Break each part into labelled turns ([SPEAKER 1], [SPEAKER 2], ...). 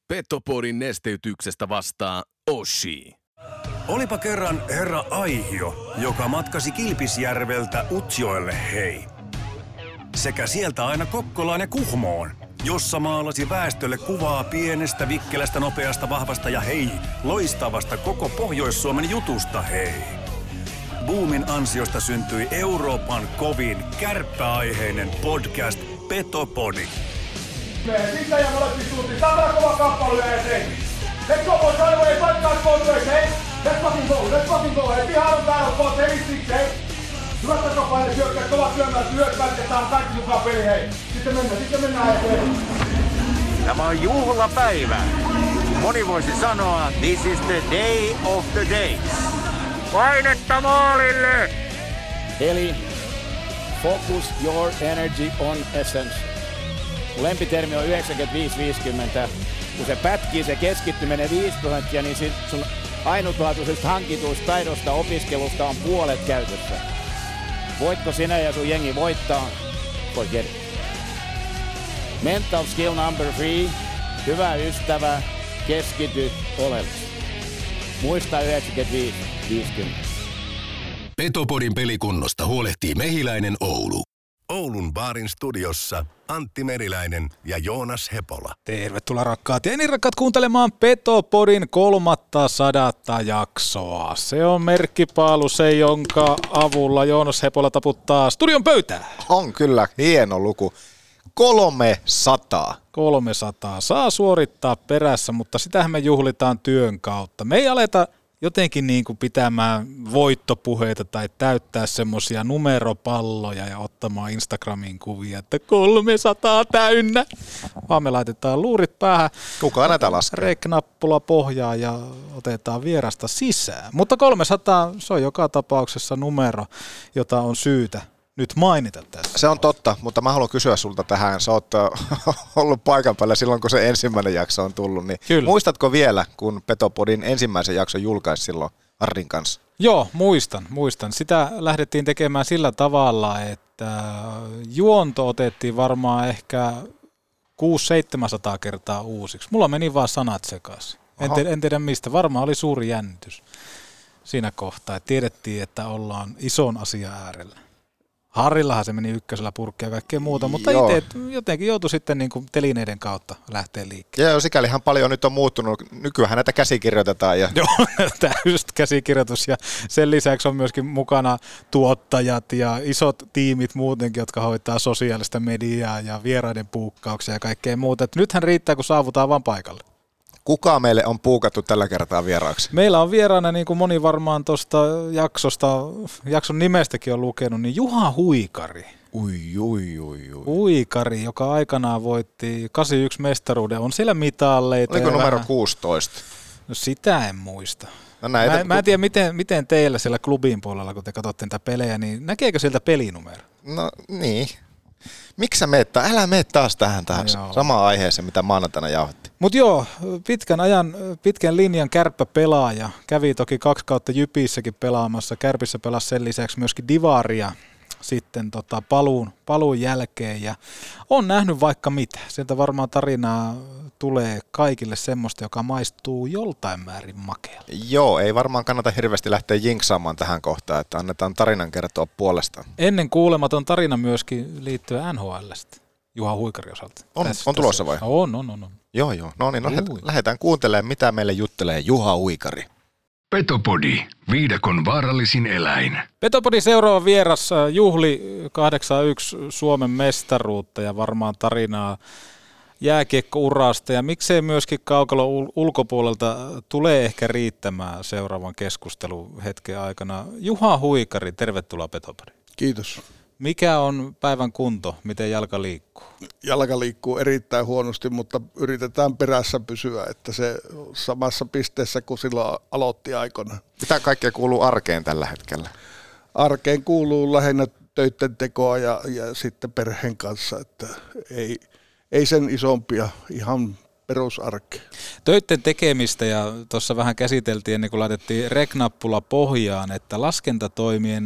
[SPEAKER 1] Petopodin nesteytyksestä vastaa Oshi.
[SPEAKER 2] Olipa kerran herra Aihio, joka matkasi Kilpisjärveltä Utsjoelle hei. Sekä sieltä aina Kokkolaan ja Kuhmoon, jossa maalasi väestölle kuvaa pienestä, vikkelästä, nopeasta, vahvasta ja hei, loistavasta koko Pohjois-Suomen jutusta hei. Boomin ansiosta syntyi Euroopan kovin kärppäaiheinen podcast Petopodi.
[SPEAKER 3] Siitä ja molempiin suuntiin. Tämä kova kamppailu ja eteen. Let's go boys, right away, fight guys, both ways, hey. Let's fucking go, hey. Pihaan on täällä, boys, hey, six, hey. Hyvät takapaine syökkäät, kovat syömät, lyöt vältetään, kaikki mukaan peli, hei. Sitten mennään eteen.
[SPEAKER 4] Tämä on juhlapäivä. Moni voisi sanoa, this is the day of the days. Painetta maalille!
[SPEAKER 5] Eli focus your energy on essence. Mun lempitermi on 95-50. Kun se pätkii, se keskittyminen 5%, niin sun ainutlaatuisesta hankituista taidosta opiskelusta on puolet käytössä. Voitko sinä ja sun jengi voittaa? Forget it. Mental skill number 3. Hyvä ystävä, keskity oleellisesti. Muista 95-50.
[SPEAKER 6] Petopodin pelikunnosta huolehtii Mehiläinen Oulu. Oulun baarin studiossa Antti Meriläinen ja Joonas Hepola.
[SPEAKER 7] Tervetuloa rakkaat ja niin rakkaat kuuntelemaan Petopodin 300 jaksoa. Se on merkkipaalu se, jonka avulla Joonas Hepola taputtaa studion pöytää.
[SPEAKER 8] On kyllä hieno luku. 300.
[SPEAKER 7] 300 saa suorittaa perässä, mutta sitähän me juhlitaan työn kautta. Me ei aleta jotenkin niin kuin pitämään voittopuheita tai täyttää semmoisia numeropalloja ja ottamaan Instagramiin kuvia, että 300 täynnä, vaan me laitetaan luurit päähän.
[SPEAKER 8] Kuka näitä laskee?
[SPEAKER 7] Rek-nappula pohjaan ja otetaan vierasta sisään. Mutta 300, se on joka tapauksessa numero, jota on syytä nyt mainita tässä.
[SPEAKER 8] Se on totta, mutta mä haluan kysyä sulta tähän. Sä oot ollut paikan päällä silloin, kun se ensimmäinen jakso on tullut. Niin muistatko vielä, kun Petopodin ensimmäisen jakson julkaisi silloin Arrin kanssa?
[SPEAKER 7] Joo, muistan. Sitä lähdettiin tekemään sillä tavalla, että juonto otettiin varmaan ehkä 600-700 kertaa uusiksi. Mulla meni vaan sanat sekaisin. En tiedä mistä. Varmaan oli suuri jännitys siinä kohtaa. Et tiedettiin, että ollaan ison asian äärellä. Harrillahan se meni ykkösellä purkkia ja kaikkea muuta, mutta itse jotenkin joutui sitten niin kuin telineiden kautta lähteä liikkeelle.
[SPEAKER 8] Joo, sikälihän paljon nyt on muuttunut. Nykyään näitä käsikirjoitetaan. Joo,
[SPEAKER 7] täysin käsikirjoitus ja sen lisäksi on myöskin mukana tuottajat ja isot tiimit muutenkin, jotka hoitaa sosiaalista mediaa ja vieraiden puukkauksia ja kaikkea muuta. Et nythän riittää, kun saavutaan vaan paikalle.
[SPEAKER 8] Kuka meille on puukattu tällä kertaa vieraaksi?
[SPEAKER 7] Meillä on vieraana, niin kuin moni varmaan tuosta jakson nimestäkin on lukenut, niin Juha Huikari. Huikari, joka aikanaan voitti 81 mestaruuden, on siellä mitalleita.
[SPEAKER 8] Oliko numero 16?
[SPEAKER 7] No sitä en muista.
[SPEAKER 8] No
[SPEAKER 7] mä en tiedä, miten teillä siellä klubin puolella, kun te katsotte niitä pelejä, niin näkeekö sieltä pelinumero?
[SPEAKER 8] No niin. Miksi sä meet? Älä mene taas tähän samaan aiheeseen, mitä maanantaina jauhettiin.
[SPEAKER 7] Mutta joo, pitkän linjan kärppäpelaaja. Kävi toki 2 kautta Jypissäkin pelaamassa. Kärpissä pelasi sen lisäksi myöskin divaria sitten paluun jälkeen. Ja on nähnyt vaikka mitä. Sieltä varmaan tarinaa tulee kaikille semmoista, joka maistuu joltain määrin makealle.
[SPEAKER 8] Joo, ei varmaan kannata hirveästi lähteä jinksaamaan tähän kohtaan, että annetaan tarinan kertoa puolestaan.
[SPEAKER 7] Ennen kuulematon tarina myöskin liittyen NHL:stä. Juha Huikari osalta.
[SPEAKER 8] On tulossa vai?
[SPEAKER 7] On.
[SPEAKER 8] Joo. No niin, lähdetään kuuntelemaan, mitä meille juttelee Juha Huikari.
[SPEAKER 6] Petopodi, viidakon vaarallisin eläin.
[SPEAKER 7] Petopodin seuraava vieras juhli 81 Suomen mestaruutta ja varmaan tarinaa jääkiekkourasta ja miksei myöskin kaukalon ulkopuolelta tulee ehkä riittämään seuraavan keskusteluhetken aikana. Juha Huikari, tervetuloa Petopodiin.
[SPEAKER 9] Kiitos.
[SPEAKER 7] Mikä on päivän kunto? Miten jalka liikkuu?
[SPEAKER 9] Jalka liikkuu erittäin huonosti, mutta yritetään perässä pysyä, että se samassa pisteessä kuin silloin aloitti aikana.
[SPEAKER 8] Mitä kaikkea kuuluu arkeen tällä hetkellä?
[SPEAKER 9] Arkeen kuuluu lähinnä töiden tekoa ja sitten perheen kanssa, että ei sen isompia, ihan perusarkea.
[SPEAKER 7] Töitten tekemistä ja tuossa vähän käsiteltiin ennen kuin laitettiin rek-nappula pohjaan, että laskentatoimien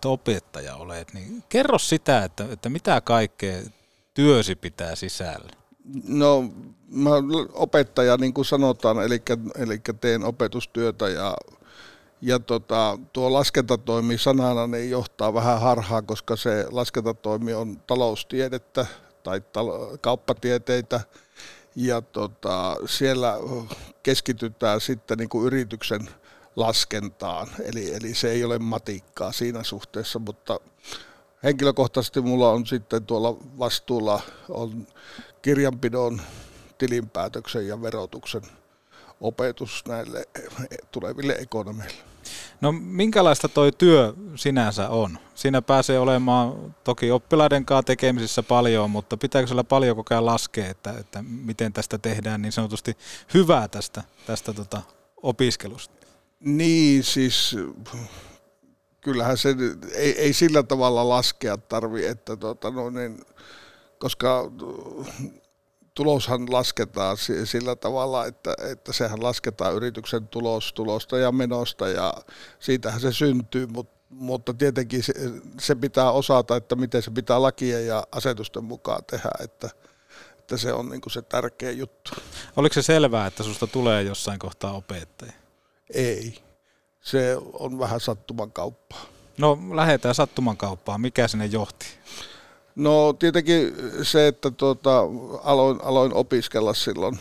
[SPEAKER 7] yliopisto-opettaja olet, niin kerro sitä, että mitä kaikkea työsi pitää sisällä.
[SPEAKER 9] No mä opettaja, niin kuin sanotaan, eli teen opetustyötä ja tuo laskentatoimi sanana niin johtaa vähän harhaan, koska se laskentatoimi on taloustiedettä tai kauppatieteitä ja siellä keskitytään sitten niin kuin yrityksen laskentaan, eli se ei ole matikkaa siinä suhteessa, mutta henkilökohtaisesti mulla on sitten tuolla vastuulla on kirjanpidon, tilinpäätöksen ja verotuksen opetus näille tuleville ekonomeille.
[SPEAKER 7] No minkälaista toi työ sinänsä on? Siinä pääsee olemaan toki oppilaiden kanssa tekemisissä paljon, mutta pitääkö siellä paljon koko ajan laskea, että miten tästä tehdään niin sanotusti hyvää tästä opiskelusta?
[SPEAKER 9] Niin, siis kyllähän se ei sillä tavalla laskea tarvi, että koska tuloshan lasketaan sillä tavalla, että sehän lasketaan yrityksen tulosta ja menosta ja siitähän se syntyy, mutta tietenkin se pitää osata, että miten se pitää lakien ja asetusten mukaan tehdä, että se on niin kuin se tärkeä juttu.
[SPEAKER 7] Oliko se selvää, että susta tulee jossain kohtaa opettaja?
[SPEAKER 9] Ei. Se on vähän sattuman kauppaa.
[SPEAKER 7] No lähdetään sattuman kauppaan. Mikä sinne johti?
[SPEAKER 9] No tietenkin se, että aloin opiskella silloin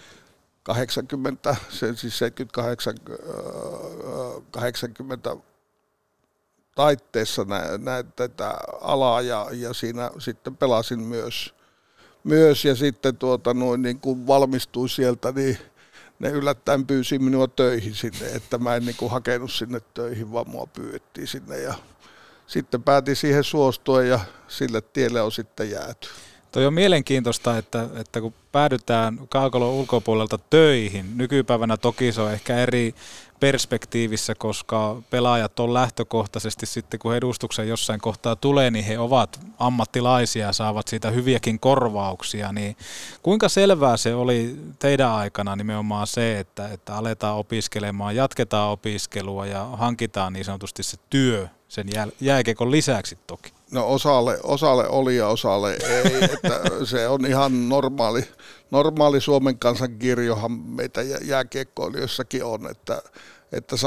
[SPEAKER 9] 80 taitteessa näin tätä alaa ja siinä sitten pelasin myös ja sitten niin kun valmistuin sieltä, niin ne yllättäen pyysi minua töihin sinne, että mä en niin kuin hakenut sinne töihin, vaan mua pyydettiin sinne ja sitten päätin siihen suostua ja sille tielle on sitten jääty.
[SPEAKER 7] Toi on mielenkiintoista, että kun päädytään kaukalon ulkopuolelta töihin, nykypäivänä toki se on ehkä eri perspektiivissä, koska pelaajat on lähtökohtaisesti sitten, kun edustuksen jossain kohtaa tulee, niin he ovat ammattilaisia ja saavat siitä hyviäkin korvauksia. Niin kuinka selvää se oli teidän aikana nimenomaan se, että aletaan opiskelemaan, jatketaan opiskelua ja hankitaan niin sanotusti se työ sen jääkiekon lisäksi toki?
[SPEAKER 9] No osalle oli ja osalle ei, että se on ihan normaali Suomen kansan kirjohan meitä jääkiekkoilijoissakin on, että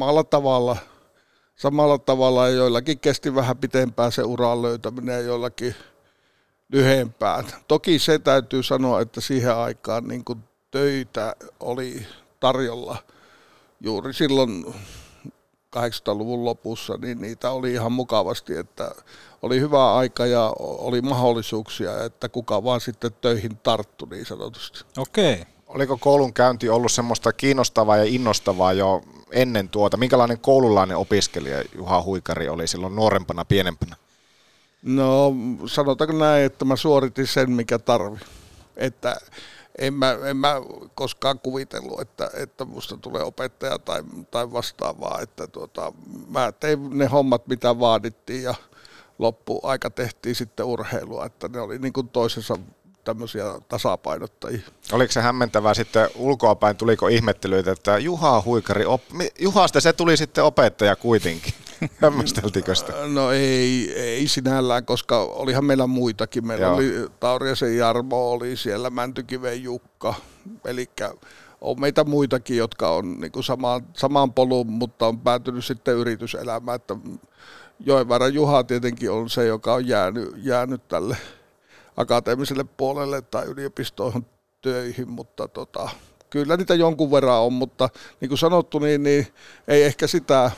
[SPEAKER 9] samalla tavalla ja joillakin kesti vähän pitempään se uran löytäminen ja joillakin lyhempään. Toki se täytyy sanoa, että siihen aikaan niin kuin töitä oli tarjolla juuri silloin 80-luvun lopussa, niin niitä oli ihan mukavasti, että oli hyvä aika ja oli mahdollisuuksia, että kuka vaan sitten töihin tarttui niin sanotusti.
[SPEAKER 7] Okei.
[SPEAKER 8] Oliko koulun käynti ollut semmoista kiinnostavaa ja innostavaa jo ennen tuota? Minkälainen koululainen opiskelija Juha Huikari oli silloin nuorempana, pienempänä?
[SPEAKER 9] No sanotaanko näin, että mä suoritin sen, mikä tarvi. Että en mä koskaan kuvitellut, että musta tulee opettaja tai vastaavaa, että mä tein ne hommat, mitä vaadittiin ja loppuaika tehtiin sitten urheilua, että ne oli niin kuin toisensa tämmöisiä tasapainottajia.
[SPEAKER 8] Oliko se hämmentävää sitten ulkoapäin, tuliko ihmettelyitä, että Juha Huikari, Juhasta se tuli sitten opettaja kuitenkin? Hämmästeltikö sitä?
[SPEAKER 9] No ei sinällään, koska olihan meillä muitakin. Meillä oli Tauriasen Jarmo, oli siellä Mäntykiven Jukka, eli on meitä muitakin, jotka on niin kuin samaan polun, mutta on päätynyt sitten yrityselämään. Että Joenvaara Juha tietenkin on se, joka on jäänyt tälle akateemiselle puolelle tai yliopistoon töihin, mutta kyllä niitä jonkun verran on, mutta niin kuin sanottu, niin ei ehkä sitä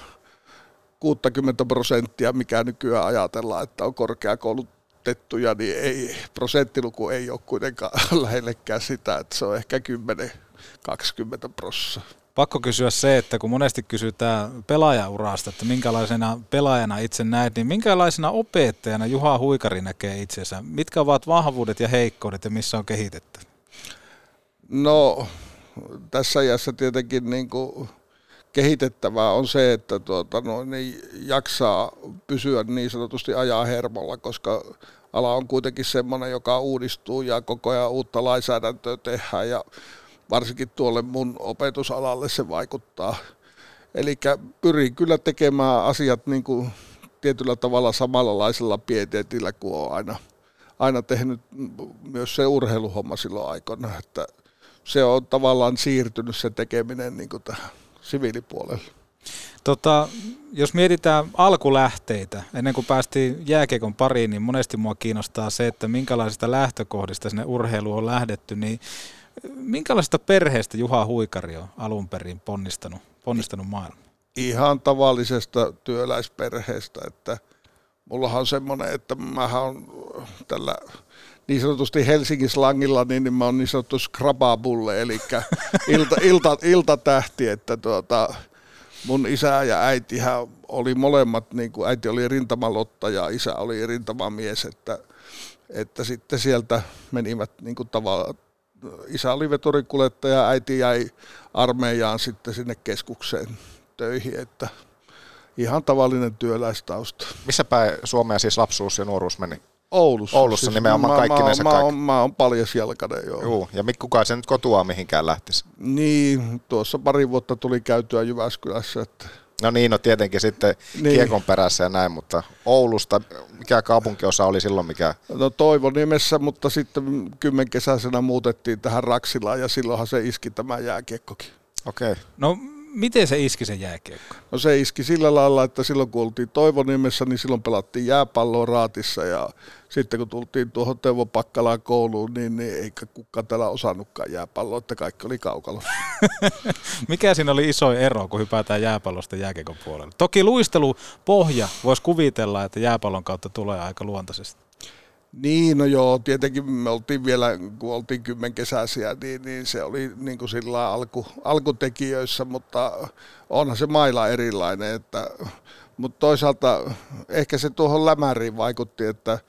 [SPEAKER 9] 60%, mikä nykyään ajatellaan, että on korkeakoulutettuja, niin prosenttiluku ei ole kuitenkaan lähellekään sitä, että se on ehkä 10-20%.
[SPEAKER 7] Pakko kysyä se, että kun monesti kysytään pelaajaurasta, että minkälaisena pelaajana itse näet, niin minkälaisena opettajana Juha Huikari näkee itsensä? Mitkä ovat vahvuudet ja heikkoudet ja missä on kehitetty?
[SPEAKER 9] No tässä iässä tietenkin niin kuin kehitettävää on se, että niin jaksaa pysyä niin sanotusti ajaa hermolla, koska ala on kuitenkin semmoinen, joka uudistuu ja koko ajan uutta lainsäädäntöä tehdään ja varsinkin tuolle mun opetusalalle se vaikuttaa. Eli pyrin kyllä tekemään asiat niin kuin tietyllä tavalla samanlaisella pieteetillä kuin on aina tehnyt myös se urheiluhomma silloin aikana, että se on tavallaan siirtynyt se tekeminen niin kuin tähän siviilipuolelle.
[SPEAKER 7] Jos mietitään alkulähteitä, ennen kuin päästiin jääkiekon pariin, niin monesti mua kiinnostaa se, että minkälaisista lähtökohdista sinne urheiluun on lähdetty, niin minkälaisesta perheestä Juha Huikari on alun perin ponnistanut maailmaan? Ihan
[SPEAKER 9] tavallisesta työläisperheestä, että mullahan on semmoinen, että mähän on tällä niin sanotusti Helsingin slangilla, niin mä oon niin sanottu skrababulle, eli iltatähti, että mun isä ja äitihän oli molemmat, niin kuin äiti oli rintamalotta ja isä oli rintamamies, että sitten sieltä menivät niin kuin tavallaan, isä oli veturikuljettaja, äiti jäi armeijaan sitten sinne keskukseen töihin, että ihan tavallinen työläistausta.
[SPEAKER 8] Missä päin Suomea siis lapsuus ja nuoruus meni?
[SPEAKER 9] Oulussa
[SPEAKER 8] siis nimenomaan kaikkinensa kaikki.
[SPEAKER 9] Mä oon paljasjalkainen, joo.
[SPEAKER 8] Juu, ja kukaan se nyt kotoa mihinkään lähtisi?
[SPEAKER 9] Niin, tuossa pari vuotta tuli käytyä Jyväskylässä. Että
[SPEAKER 8] No niin, no tietenkin sitten kiekon perässä ja näin, mutta Oulusta, mikä kaupunkiosa oli silloin mikä?
[SPEAKER 9] No Toivoniemessä, mutta sitten kymmenkesäisenä muutettiin tähän Raksilaan ja silloinhan se iski tämä jääkiekkokin.
[SPEAKER 8] Okei.
[SPEAKER 7] No miten se iski se jääkiekko?
[SPEAKER 9] No se iski sillä lailla, että silloin kun oltiin Toivoniemessä, niin silloin pelattiin jääpalloa Raatissa ja sitten kun tultiin tuohon Teuvo Pakkalaan kouluun, niin eikä kukaan täällä osannutkaan jääpalloa, että kaikki oli kaukalossa.
[SPEAKER 7] Mikä siinä oli iso ero, kun hypätään jääpallosta jääkiekon puolelle? Toki luistelupohja voisi kuvitella, että jääpallon kautta tulee aika luontaisesti.
[SPEAKER 9] Niin, no joo, tietenkin me oltiin vielä, kun oltiin kymmenkesäisiä, niin se oli niin kuin sillä alkutekijöissä, mutta onhan se maila erilainen. Mutta toisaalta ehkä se tuohon lämäriin vaikutti, että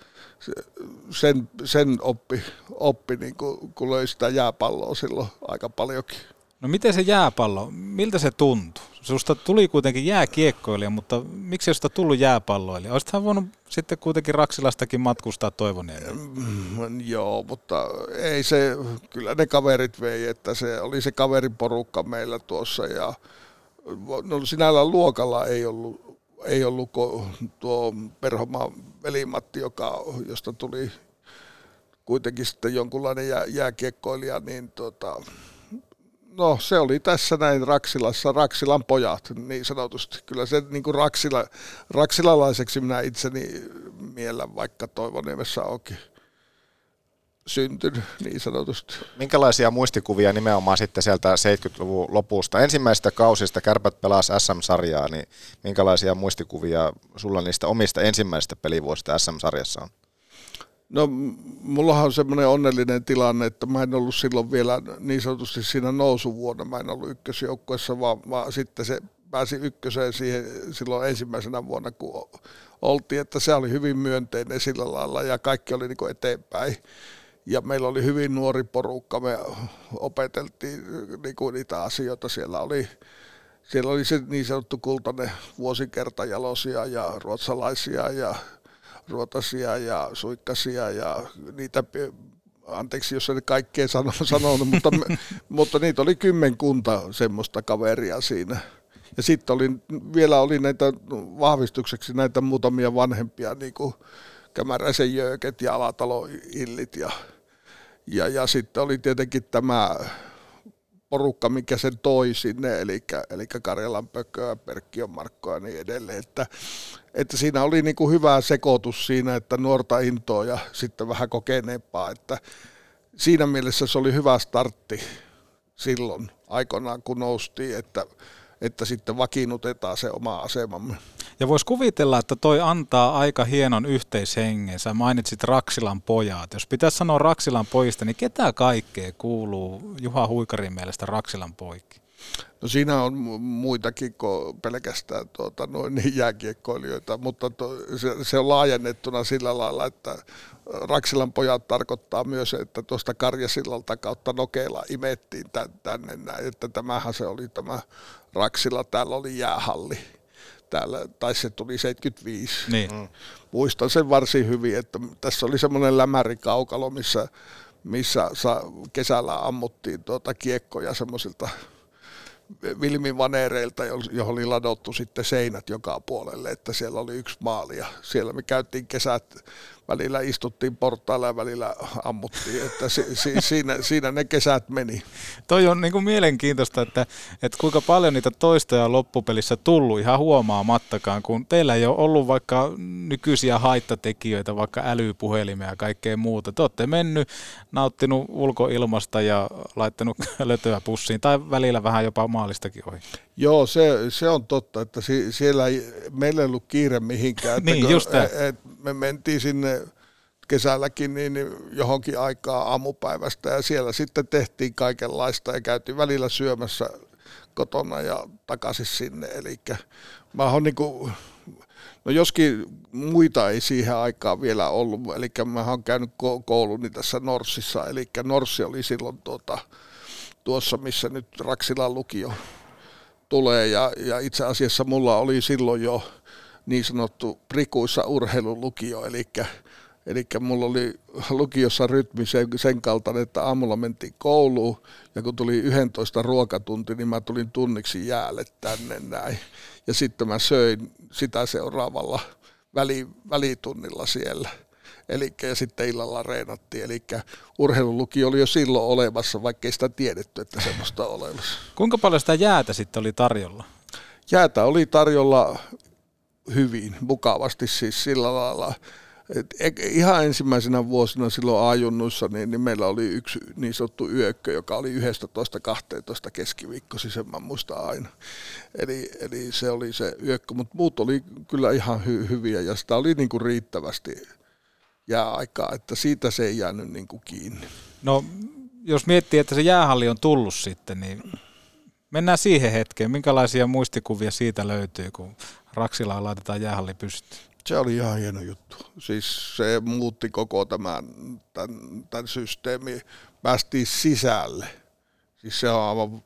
[SPEAKER 9] sen oppi niin kun löi sitä jääpalloa silloin aika paljonkin.
[SPEAKER 7] No miten se jääpallo, miltä se tuntui? Susta tuli kuitenkin jääkiekkoilija, mutta miksi susta tullut jääpalloilija? Olisithan voinut sitten kuitenkin Raksilastakin matkustaa Toivoniemelle.
[SPEAKER 9] Joo, mutta ei se, kyllä ne kaverit vei, että se oli se kaveriporukka meillä tuossa ja no sinällään luokalla ei ollut tuo Perhomaan veli-Matti, josta tuli kuitenkin sitten jonkunlainen jääkiekkoilija, niin no se oli tässä näin Raksilassa, Raksilan pojat niin sanotusti. Kyllä se niin kuin raksilalaiseksi minä itseni miellän, vaikka Toivoniemessä onkin syntynyt niin sanotusti.
[SPEAKER 8] Minkälaisia muistikuvia nimenomaan sitten sieltä 70-luvun lopusta? Ensimmäisistä kausista Kärpät pelasi SM-sarjaa, niin minkälaisia muistikuvia sulla niistä omista ensimmäisistä pelivuosista SM-sarjassa on?
[SPEAKER 9] No mullahan on semmoinen onnellinen tilanne, että mä en ollut silloin vielä niin sanotusti siinä nousuvuonna, mä en ollut ykkösjoukkueessa, vaan sitten se pääsi ykköseen siihen silloin ensimmäisenä vuonna, kun oltiin, että se oli hyvin myönteinen sillä lailla ja kaikki oli niin kuin eteenpäin. Ja meillä oli hyvin nuori porukka, me opeteltiin niin kuin niitä asioita, siellä oli se niin sanottu kultainen vuosikertajalosia ja ruotsalaisia ja ruotasia ja suikkasia ja niitä, anteeksi jos en kaikkea sanonut, mutta niitä oli 10 semmoista kaveria siinä. Ja sitten vielä oli näitä vahvistukseksi näitä muutamia vanhempia, niin kuin Kämäräisen Jööket ja Alatalo Illit ja sitten oli tietenkin tämä porukka, mikä sen toi sinne, eli Karjalan Pököä, Perkkiön Markkoa ja niin edelleen, että siinä oli niin kuin hyvä sekoitus siinä, että nuorta intoa ja sitten vähän kokeneempaa, että siinä mielessä se oli hyvä startti silloin aikoinaan, kun noustiin, että sitten vakiinnutetaan se oma asemamme.
[SPEAKER 7] Ja voisi kuvitella, että toi antaa aika hienon yhteishengen. Sä mainitsit Raksilan pojat. Jos pitäisi sanoa Raksilan pojista, niin ketä kaikkea kuuluu Juha Huikarin mielestä Raksilan poikki?
[SPEAKER 9] No siinä on muitakin kuin pelkästään niin jääkiekkoilijoita, mutta se on laajennettuna sillä lailla, että Raksilan pojat tarkoittaa myös, että tuosta Karjasillalta kautta Nokeilla imettiin tänne näin, että tämähän se oli tämä Raksila, täällä oli jäähalli. Täällä, tai se tuli 75.
[SPEAKER 7] Niin.
[SPEAKER 9] Muistan sen varsin hyvin, että tässä oli semmoinen lämärikaukalo, missä kesällä ammuttiin kiekkoja semmoisilta vilmivaneereilta, johon oli ladottu sitten seinät joka puolelle, että siellä oli yksi maali ja siellä me käytiin kesät, välillä istuttiin portailla ja välillä ammuttiin, että siinä ne kesät meni.
[SPEAKER 7] Toi on niin kuin mielenkiintoista, että kuinka paljon niitä toistoja on loppupelissä tullut ihan huomaamattakaan, kun teillä ei ole ollut vaikka nykyisiä haittatekijöitä, vaikka älypuhelimia ja kaikkea muuta. Te olette mennyt, nauttinut ulkoilmasta ja laittanut lötöä pussiin tai välillä vähän jopa maalistakin ohi.
[SPEAKER 9] Joo, se on totta, että siellä meillä ei ollut kiire mihinkään.
[SPEAKER 7] Niin, just
[SPEAKER 9] me mentiin sinne kesälläkin niin johonkin aikaa aamupäivästä ja siellä sitten tehtiin kaikenlaista ja käytiin välillä syömässä kotona ja takaisin sinne. Eli mä oon niinku, no joskin muita ei siihen aikaan vielä ollut, eli mä oon käynyt kouluni tässä Norssissa, eli Norssi oli silloin tuossa, missä nyt Raksilan lukio tulee ja itse asiassa mulla oli silloin jo niin sanottu prikuissa urheilulukio, eli mulla oli lukiossa rytmi sen kaltainen, että aamulla mentiin kouluun ja kun tuli 11 ruokatunti, niin mä tulin tunniksi jäälle tänne näin. Ja sitten mä söin sitä seuraavalla välitunnilla siellä. Ja sitten illalla reenattiin. Eli urheilulukio oli jo silloin olemassa, vaikka ei sitä tiedetty, että semmoista on olemassa.
[SPEAKER 7] Kuinka paljon sitä jäätä sitten oli tarjolla?
[SPEAKER 9] Jäätä oli tarjolla hyvin, mukavasti siis sillä lailla. Ihan ensimmäisenä vuosina silloin A-junnuissa, niin meillä oli yksi niin sanottu yökkö, joka oli 11-12 keskiviikkosi, sen mä muistan aina. Eli se oli se yökkö, mutta muut oli kyllä ihan hyviä ja sitä oli niinku riittävästi jääaikaa, että siitä se ei jäänyt niinku kiinni.
[SPEAKER 7] No jos miettii, että se jäähalli on tullut sitten, niin mennään siihen hetkeen. Minkälaisia muistikuvia siitä löytyy, kun Raksilaan laitetaan jäähalli pystyyn?
[SPEAKER 9] Se oli ihan hieno juttu. Siis se muutti koko tämän systeemin. Päästiin sisälle. Siis se on aivan,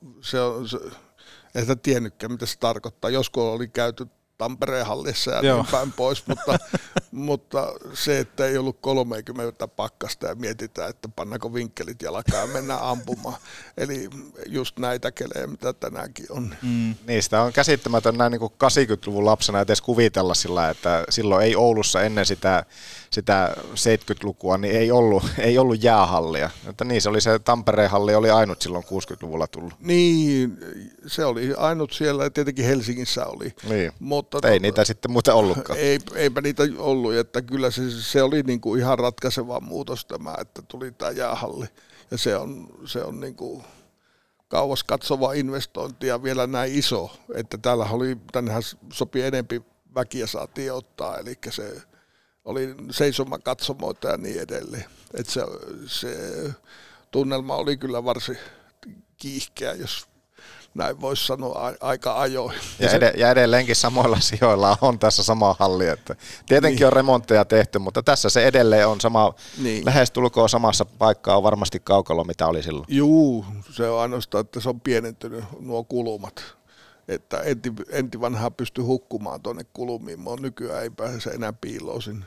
[SPEAKER 9] ei sitä tiennytkään, mitä se tarkoittaa. Joskus oli käyty Tampereen hallissa ja niin päin pois, mutta se, että ei ollut 30 pakkasta ja mietitään, että pannaanko vinkkelit jalkaan ja mennään ampumaan. Eli just näitä kelejä, mitä tänäänkin on.
[SPEAKER 8] Niistä on käsittämätön näin niin kuin 80-luvun lapsena edes kuvitella sillä, että silloin ei Oulussa ennen sitä 70-lukua niin ei ollut jäähallia. Että niin, se oli se Tampereen halli oli ainut silloin 60-luvulla tullut.
[SPEAKER 9] Niin, se oli ainut siellä ja tietenkin Helsingissä oli.
[SPEAKER 8] Niin. Mutta ei niitä sitten muuten ollutkaan.
[SPEAKER 9] Eipä niitä ollut, että kyllä se oli niinku ihan ratkaiseva muutos tämä, että tuli tämä jäähalli. Ja se on niinku kauas katsova investointi ja vielä näin iso, että tännehän sopii enempi väkiä saatiin ottaa, eli se oli seisomakatsomoita ja niin edelleen. Että se tunnelma oli kyllä varsin kiihkeä, jos näin voisi sanoa aika ajoin.
[SPEAKER 8] Ja edelleenkin samoilla sijoilla on tässä sama halli. Että tietenkin niin on remontteja tehty, mutta tässä se edelleen on sama, niin lähestulkoon samassa paikkaa on varmasti kaukalla, mitä oli silloin.
[SPEAKER 9] Juu, se on ainoastaan, että se on pienentynyt nuo kulumat. Että enti vanhaa pystyy hukkumaan tuonne kulumiin, mutta nykyään ei pääse enää piiloon sinne.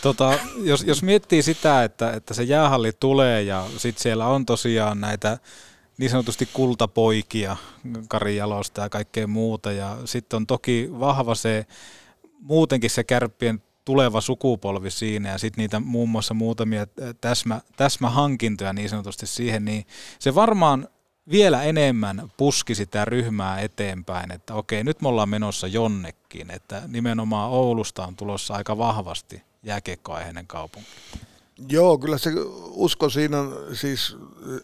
[SPEAKER 7] Jos miettii sitä, että se jäähalli tulee ja sitten siellä on tosiaan näitä niin sanotusti kultapoikia, Kari Jalosta ja kaikkea muuta. Ja sitten on toki vahva se, muutenkin se Kärppien tuleva sukupolvi siinä ja sitten niitä muun muassa muutamia täsmähankintoja niin sanotusti siihen, niin se varmaan vielä enemmän puski sitä ryhmää eteenpäin, että okei, nyt me ollaan menossa jonnekin, että nimenomaan Oulusta on tulossa aika vahvasti jääkiekkoaiheinen kaupunki.
[SPEAKER 9] Joo, kyllä se usko siinä on, siis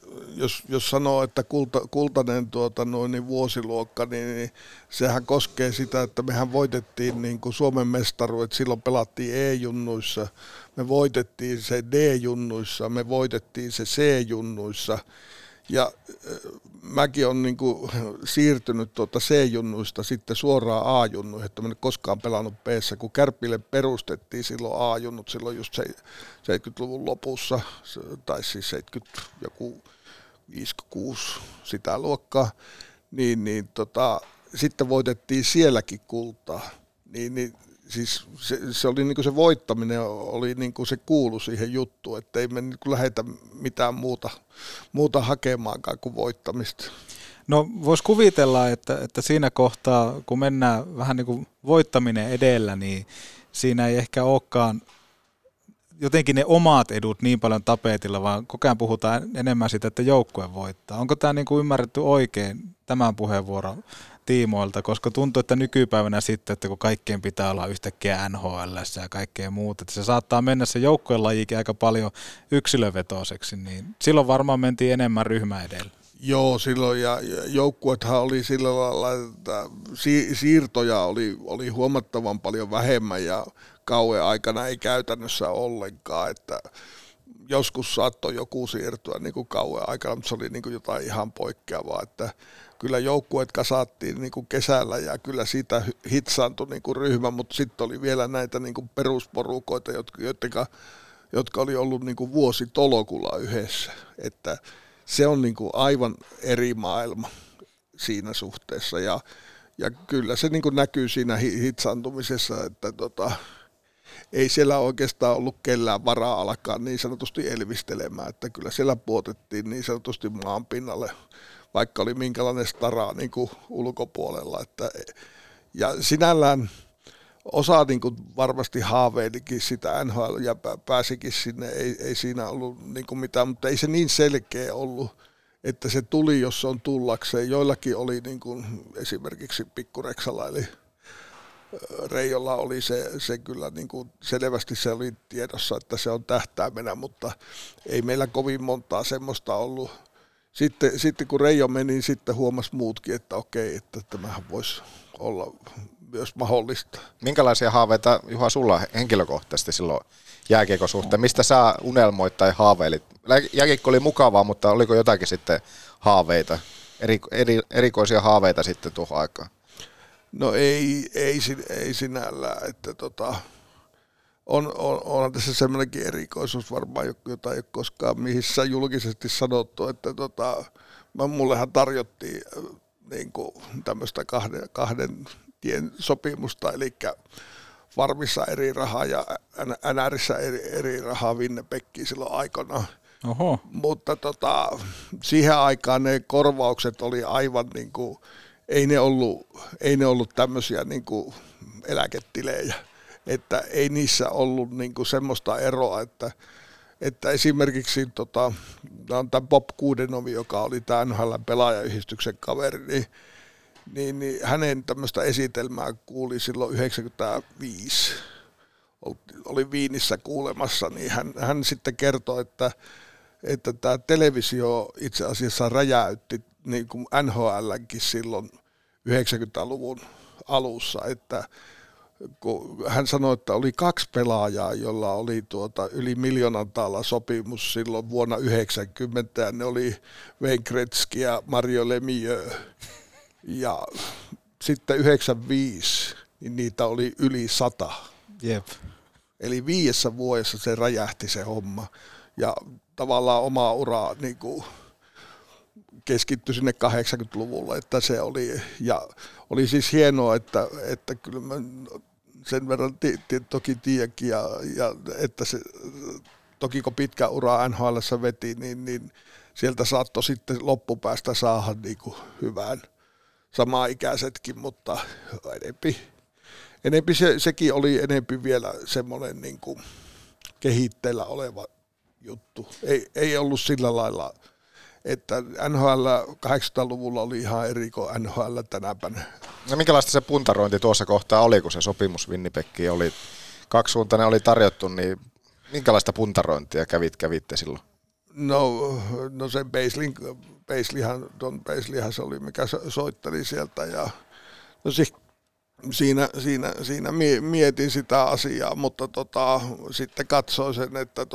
[SPEAKER 9] jos sanoo, että kultainen niin vuosiluokka, niin sehän koskee sitä, että mehän voitettiin niin kuin Suomen mestaruudet, silloin pelattiin E-junnuissa, me voitettiin se D-junnuissa, me voitettiin se C-junnuissa, ja mäkin olen niin kuin siirtynyt C-junnuista sitten suoraan A-junnuihin, että mä en koskaan pelannut B:ssä, kun Kärpille perustettiin silloin A-junnut silloin just 70-luvun lopussa, tai siis 56 sitä luokkaa, niin sitten voitettiin sielläkin kultaa, niin siis se oli niinku se voittaminen oli niinku se kuulu siihen juttuun, että ei me niinku lähdetä mitään muuta hakemaankaan kuin voittamista.
[SPEAKER 7] No vois kuvitella, että siinä kohtaa, kun mennään vähän niin kuin voittaminen edellä, niin siinä ei ehkä olekaan jotenkin ne omat edut niin paljon tapetilla, vaan koko ajan puhutaan enemmän siitä, että joukkue voittaa. Onko tämä niin kuin ymmärretty oikein tämän puheenvuoron tiimoilta, koska tuntuu, että nykypäivänä sitten, että kun kaikkien pitää olla yhtäkkiä NHL:ssä ja kaikkea muuta, että se saattaa mennä se joukkueen lajikin aika paljon yksilövetoiseksi, niin silloin varmaan mentiin enemmän ryhmä edellä.
[SPEAKER 9] Joo, silloin ja joukkuethan oli sillä lailla, että siirtoja oli huomattavan paljon vähemmän ja kauan aikana ei käytännössä ollenkaan, että joskus saattoi joku siirtyä niin kuin kauan aikana, mutta se oli niin kuin jotain ihan poikkeavaa, että kyllä joukkueet kasattiin niin kuin kesällä ja kyllä siitä hitsaantui niin kuin ryhmä, mutta sitten oli vielä näitä niin kuin perusporukoita, jotka oli ollut niin kuin vuositolkulla yhdessä, että se on niin kuin aivan eri maailma siinä suhteessa ja kyllä se niin kuin näkyy siinä hitsaantumisessa, että ei siellä oikeastaan ollut kellään varaa alkaa niin sanotusti elvistelemään, että kyllä siellä puotettiin niin sanotusti maan pinnalle, vaikka oli minkälainen stara niin kuin ulkopuolella. Ja sinällään osa niin kuin varmasti haaveilikin sitä NHL ja pääsikin sinne, ei siinä ollut niin kuin mitään, mutta ei se niin selkeä ollut, että se tuli, jos se on tullakseen. Joillakin oli niin kuin esimerkiksi Pikku Reksalla, eli Reijolla oli se kyllä niin kuin selvästi se oli tiedossa, että se on tähtäimenä, mutta ei meillä kovin montaa semmoista ollut. Sitten kun Reijo meni, niin sitten huomasi muutkin, että okei, että tämähän voisi olla myös mahdollista.
[SPEAKER 8] Minkälaisia haaveita, Juha, sulla henkilökohtaisesti silloin jääkiekon suhteen? Mistä sä unelmoit tai haaveilit? Jääkiekko oli mukavaa, mutta oliko jotakin sitten haaveita, erikoisia haaveita sitten tuohon aikaan?
[SPEAKER 9] No ei sinällään, että onhan tässä semmoinenkin erikoisuus varmaan, jota ei ole koskaan missään julkisesti sanottu, että mullehan tarjottiin niin kuin tämmöistä kahden tien sopimusta, eli Farmissa eri rahaa ja NRissä eri rahaa Winnipegkiin silloin aikana.
[SPEAKER 7] Oho.
[SPEAKER 9] Mutta siihen aikaan ne korvaukset oli aivan niin kuin, ei ne ollut tämmöisiä niin kuin eläketilejä, että ei niissä ollut niin kuin semmoista eroa, että esimerkiksi tämä Bob Kudenovi, joka oli tämä NHL:n pelaajayhdistyksen kaveri, niin hänen tämmöistä esitelmää kuuli silloin 1995, oli Wienissä kuulemassa, niin hän sitten kertoi, että tämä televisio itse asiassa räjäytti niin kuin NHL:nkin silloin 90-luvun alussa, että kun hän sanoi, että oli 2 pelaajaa, jolla oli yli $1 miljoonan sopimus silloin vuonna 1990, ja ne oli Wayne Gretzky ja Mario Lemieux. Ja sitten 1995, niin niitä oli yli 100.
[SPEAKER 7] Jep.
[SPEAKER 9] Eli 5 vuodessa se räjähti se homma. Ja tavallaan oma ura niin kuin keskittyi sinne 80-luvulle, että se oli, ja oli siis hienoa, että kyllä mä sen verran toki tiedänkin, ja että se, toki kun pitkä ura NHL:ssä veti, niin sieltä saattoi sitten loppupäästä saada niin kuin hyvän samaikäisetkin, mutta enempi sekin oli enempi vielä semmoinen niin kuin kehitteillä oleva juttu. Ei ollut sillä lailla, että NHL 80-luvulla oli ihan eri kuin NHL tänäpänä.
[SPEAKER 8] No minkälaista se puntarointi tuossa kohtaa oli, kun se sopimus Winnipegiin oli kaksisuuntainen oli tarjottu, niin minkälaista puntarointia kävitte silloin?
[SPEAKER 9] No se Don Paisleyhan se oli, mikä soitteli sieltä, ja no siinä mietin sitä asiaa, mutta sitten katsoin sen,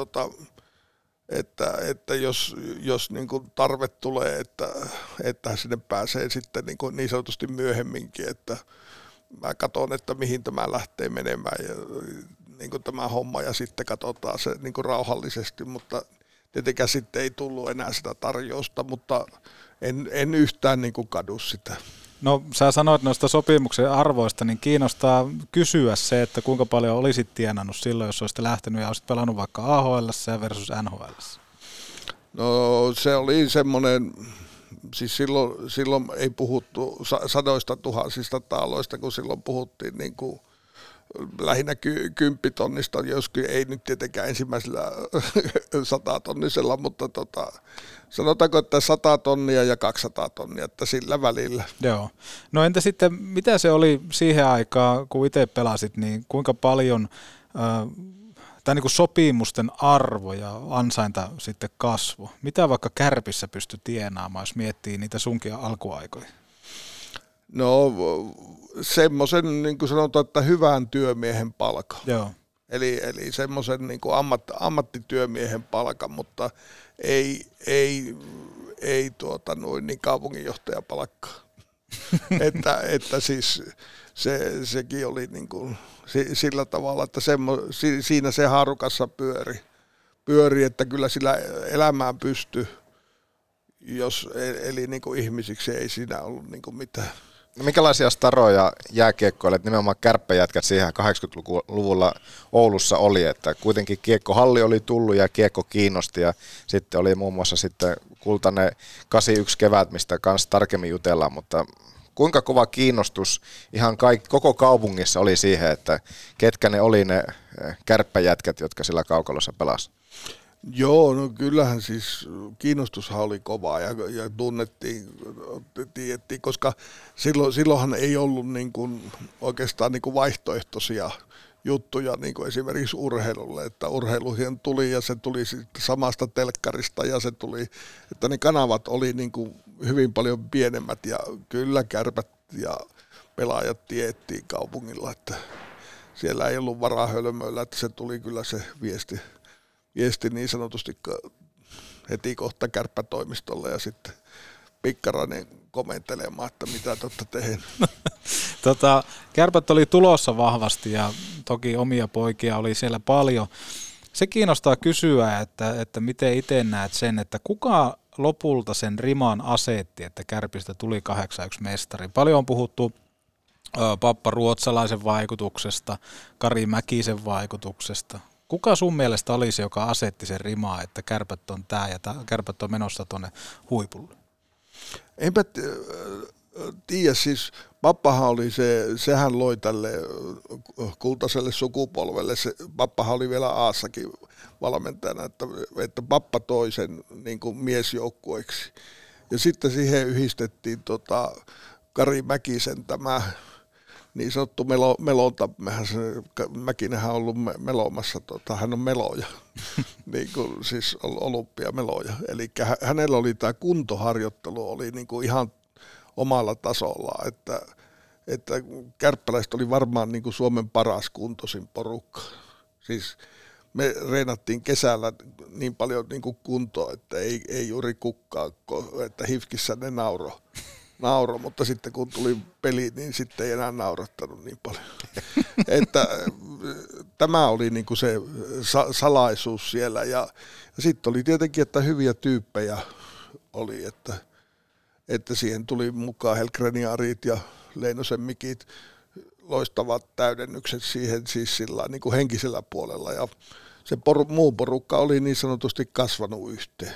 [SPEAKER 9] että jos niin kuin tarve tulee, että sinne pääsee sitten niin sanotusti myöhemminkin, että mä katson, että mihin tämä lähtee menemään ja niin kuin tämä homma, ja sitten katsotaan se niin kuin rauhallisesti, mutta tietenkään sitten ei tullut enää sitä tarjousta, mutta en yhtään niin kuin kadu sitä.
[SPEAKER 7] No sä sanoit noista sopimuksen arvoista, niin kiinnostaa kysyä se, että kuinka paljon olisit tienannut silloin, jos olisit lähtenyt ja olisit pelannut vaikka AHL:ssä versus NHL:ssä?
[SPEAKER 9] No se oli semmoinen, siis silloin ei puhuttu 100 000 taaloista, kun silloin puhuttiin niin kuin lähinnä 10 tonnista, joskin ei nyt tietenkään ensimmäisellä 100 tonnisella, mutta sanotaanko, että 100 tonnia ja 200 tonnia, että sillä välillä.
[SPEAKER 7] Joo. No entä sitten, mitä se oli siihen aikaan, kun itse pelasit, niin kuinka paljon tai niin kuin sopimusten arvo ja ansainta sitten kasvoi? Mitä vaikka Kärpissä pystyi tienaamaan, jos miettii niitä sunkin alkuaikoja?
[SPEAKER 9] No semmoisen, niin kuin sanotaan, että hyvän työmiehen palkan.
[SPEAKER 7] Joo.
[SPEAKER 9] Eli semmoisen niin kuin ammattityömiehen palkan, mutta ei niin kaupunginjohtajan palkkaa. että siis sekin oli niin kuin sillä tavalla, että siinä se haarukassa pyöri, että kyllä sillä elämään pystyi, eli niin kuin ihmisiksi ei siinä ollut niin kuin mitään.
[SPEAKER 8] No minkälaisia staroja jääkiekkoilijat, nimenomaan kärppäjätkät siihen 80-luvulla Oulussa oli, että kuitenkin kiekkohalli oli tullut ja kiekko kiinnosti ja sitten oli muun muassa sitten kultainen 81 kevät, mistä kanssa tarkemmin jutellaan, mutta kuinka kova kiinnostus ihan koko kaupungissa oli siihen, että ketkä ne oli ne kärppäjätkät, jotka sillä kaukalossa pelasivat?
[SPEAKER 9] Joo, no kyllähän siis kiinnostushan oli kovaa ja tiedettiin, koska silloinhan ei ollut niin kuin oikeastaan niin kuin vaihtoehtoisia juttuja niin kuin esimerkiksi urheilulle, että urheiluihin tuli ja se tuli sitten samasta telkkarista ja se tuli, että ne kanavat oli niin kuin hyvin paljon pienemmät ja kyllä Kärpät ja pelaajat tiedettiin kaupungilla, että siellä ei ollut varaa hölmöillä, että se tuli kyllä se viesti niin sanotusti heti kohta kärppätoimistolle ja sitten Pikkarainen komentelemaan, että mitä te olette tehneet.
[SPEAKER 7] Kärpät oli tulossa vahvasti ja toki omia poikia oli siellä paljon. Se kiinnostaa kysyä, että miten itse näet sen, että kuka lopulta sen riman asetti, että Kärpistä tuli 8-1 mestari. Paljon on puhuttu Pappa Ruotsalaisen vaikutuksesta, Kari Mäkisen vaikutuksesta. Kuka sun mielestä oli se, joka asetti sen rimaa, että Kärpät on tää ja Kärpät on menossa tuonne huipulle?
[SPEAKER 9] Enpä tiedä, siis Pappahan oli sehän loi tälle kultaiselle sukupolvelle, Pappahan oli vielä Aassakin valmentajana, että Pappa toi sen niin kuin miesjoukkueeksi. Ja sitten siihen yhdistettiin Kari Mäkisen tämä niin sanottu melonta, Mäkinenhän on ollut melomassa, hän on meloja, niin kuin, siis olympiameloja. Eli hänellä oli tämä kuntoharjoittelu oli niin kuin ihan omalla tasolla, että kärppäläiset oli varmaan niin kuin Suomen paras kuntoisin porukka. Siis me reenattiin kesällä niin paljon niin kuin kuntoa, että ei juuri kukkaa, että HIFKissä ne nauro, mutta sitten kun tuli peli, niin sitten ei enää naurattanut niin paljon. Että tämä oli niin kuin se salaisuus siellä ja sitten oli tietenkin, että hyviä tyyppejä oli, että siihen tuli mukaan Helgreniarit ja Leinosen Mikit, loistavat täydennykset siihen siis sillä niin kuin henkisellä puolella ja se muu porukka oli niin sanotusti kasvanut yhteen.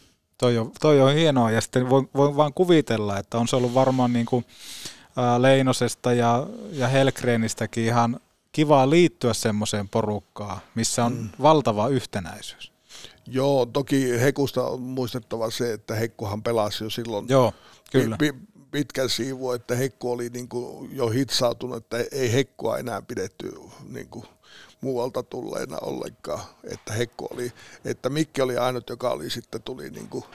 [SPEAKER 7] Toi on hienoa ja sitten voin vaan kuvitella, että on se ollut varmaan niin kuin Leinosesta ja Helgrenistäkin ihan kivaa liittyä semmoiseen porukkaan, missä on valtava yhtenäisyys.
[SPEAKER 9] Joo, toki Hekusta on muistettava se, että Hekkuhan pelasi jo silloin
[SPEAKER 7] kyllä.
[SPEAKER 9] Pitkän siivun, että Hekku oli niin kuin jo hitsautunut, että ei Hekkua enää pidetty niin kuin muualta tulleena ollenkaan, että Hekku oli, että Mikki oli ainut, joka oli sitten tuli niin kuin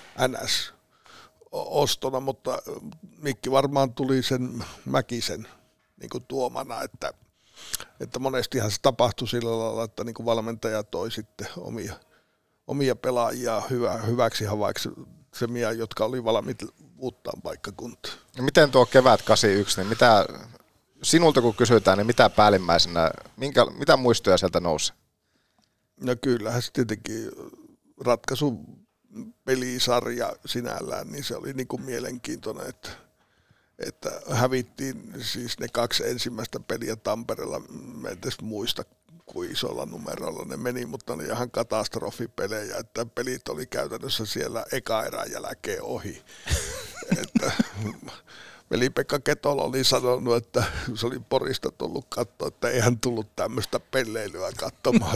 [SPEAKER 9] NS-ostona, mutta Mikki varmaan tuli sen Mäkisen niin kuin tuomana, että monestihan se tapahtui sillä lailla, että niin kuin valmentaja toi sitten omia pelaajia hyväksi havaitsemia, jotka oli valmiit muuttaa paikkakuntaa.
[SPEAKER 8] Ja miten tuo kevät 81, niin mitä sinulta kun kysytään, niin mitä päällimmäisenä, mitä muistoja sieltä nousee?
[SPEAKER 9] No kyllähän se tietenkin ratkaisu pelisarja sinällään, niin se oli niin kuin mielenkiintoinen, että hävittiin siis ne 2 ensimmäistä peliä Tampereella, mä en edes muista kuin isolla numerolla ne meni, mutta ne ihan katastrofipelejä, että pelit oli käytännössä siellä eka erän jälkeen ohi. Että Veli-Pekka Ketola oli sanonut, että se oli Porista tullut katsoa, että ei hän tullut tämmöistä pelleilyä katsomaan.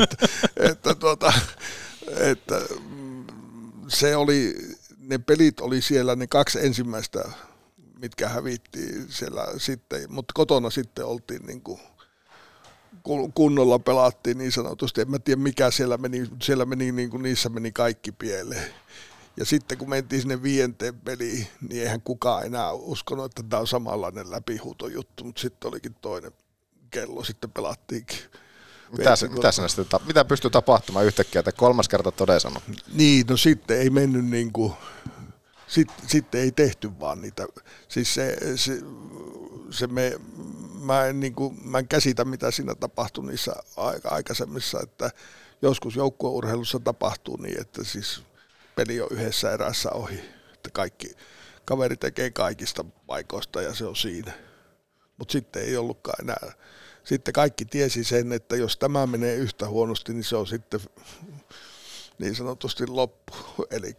[SPEAKER 9] Että se oli, ne pelit oli siellä, ne 2 ensimmäistä, mitkä hävittiin siellä sitten, mutta kotona sitten oltiin niin kuin kunnolla pelattiin niin sanotusti. En mä tiedä mikä siellä meni niin kuin niissä meni kaikki pieleen. Ja sitten kun mentiin sinne 5. peliin, niin eihän kukaan enää uskonut, että tämä on samanlainen läpihuutojuttu, mutta sitten olikin toinen kello, sitten pelattiinkin.
[SPEAKER 8] Mitä pystyy tapahtumaan yhtäkkiä, että 3. kerta toden sanoo?
[SPEAKER 9] Niin, no sitten ei mennyt niin kuin, sitten ei tehty vaan niitä. Siis mä en käsitä, mitä siinä tapahtui niissä aikaisemmissa, että joskus joukkueurheilussa tapahtuu niin, että siis peli on yhdessä erässä ohi, että kaikki kaveri tekee kaikista paikoista ja se on siinä. Mutta sitten ei ollutkaan enää. Sitten kaikki tiesi sen, että jos tämä menee yhtä huonosti, niin se on sitten niin sanotusti loppu. Eli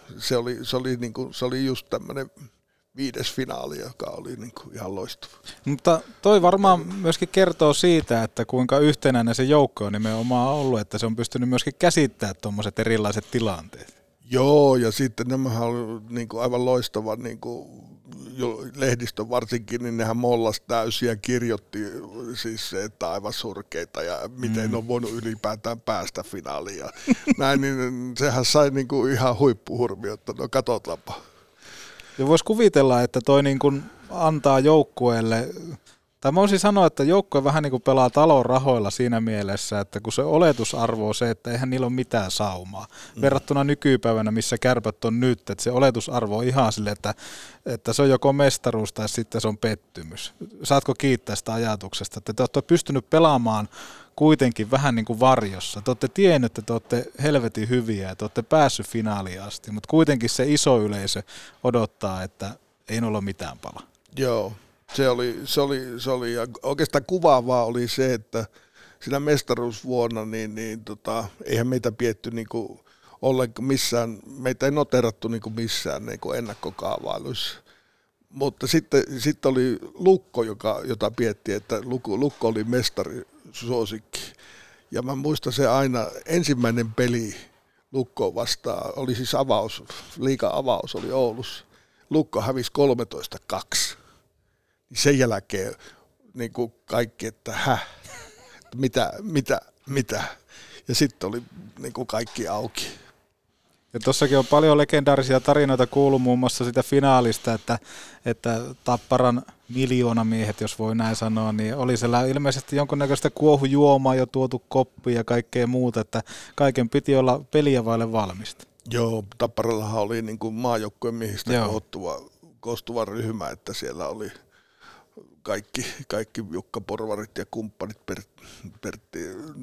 [SPEAKER 9] se oli just tämmöinen 5. finaali, joka oli niin kuin ihan loistava.
[SPEAKER 7] Mutta toi varmaan myöskin kertoo siitä, että kuinka yhtenäinen se joukko on nimenomaan ollut, että se on pystynyt myöskin käsittämään tuommoiset erilaiset tilanteet.
[SPEAKER 9] Joo, ja sitten nämähän oli niin kuin aivan loistava, niin kuin lehdistö varsinkin, niin nehän mollas täysin ja kirjoitti siis se, että aivan surkeita ja miten on voinut ylipäätään päästä finaaliin. Ja näin, niin sehän sai niin kuin ihan huippuhurmiota, no katsotaanpa.
[SPEAKER 7] Ja voisi kuvitella, että toi niin kuin antaa joukkueelle, tai mä voisin sanoa, että joukkue vähän niin kuin pelaa talon rahoilla siinä mielessä, että kun se oletusarvo on se, että eihän niillä ole mitään saumaa. Verrattuna nykypäivänä, missä Kärpät on nyt, että se oletusarvo on ihan sille, että se on joko mestaruus tai sitten se on pettymys. Saatko kiittää sitä ajatuksesta, että te olette pystynyt pelaamaan kuitenkin vähän niin kuin varjossa. Te olette tiennyt, että te olette helvetin hyviä ja te olette päässyt finaaliin asti, mutta kuitenkin se iso yleisö odottaa, että ei ole mitään pala.
[SPEAKER 9] Joo. Se oli ja oikeastaan kuvaavaa oli se, että siinä mestaruusvuonna eihän meitä pietty niinku ollenkaan missään, meitä ei noterattu niinku missään niinku ennakkokaavailuissa. Mutta sitten oli Lukko, jota piettiin, että Lukko oli mestarisuosikki. Ja mä muistan se aina, ensimmäinen peli Lukkoa vastaan, oli siis liigan avaus oli Oulussa. Lukko hävisi 13-2. Sen jälkeen niin kuin kaikki, että mitä. Ja sitten oli niin kuin kaikki auki.
[SPEAKER 7] Ja tossakin on paljon legendaarisia tarinoita kuullut muun muassa sitä finaalista, että Tapparan miljoonamiehet, jos voi näin sanoa, niin oli siellä ilmeisesti jonkunnäköistä kuohujuomaa jo tuotu koppiin ja kaikkea muuta, että kaiken piti olla peliä vaille valmista.
[SPEAKER 9] Joo, Tapparallahan oli niin kuin maajoukkueen miehistä koostuva ryhmä, että siellä oli kaikki Jukka Porvarit ja kumppanit, Pertti,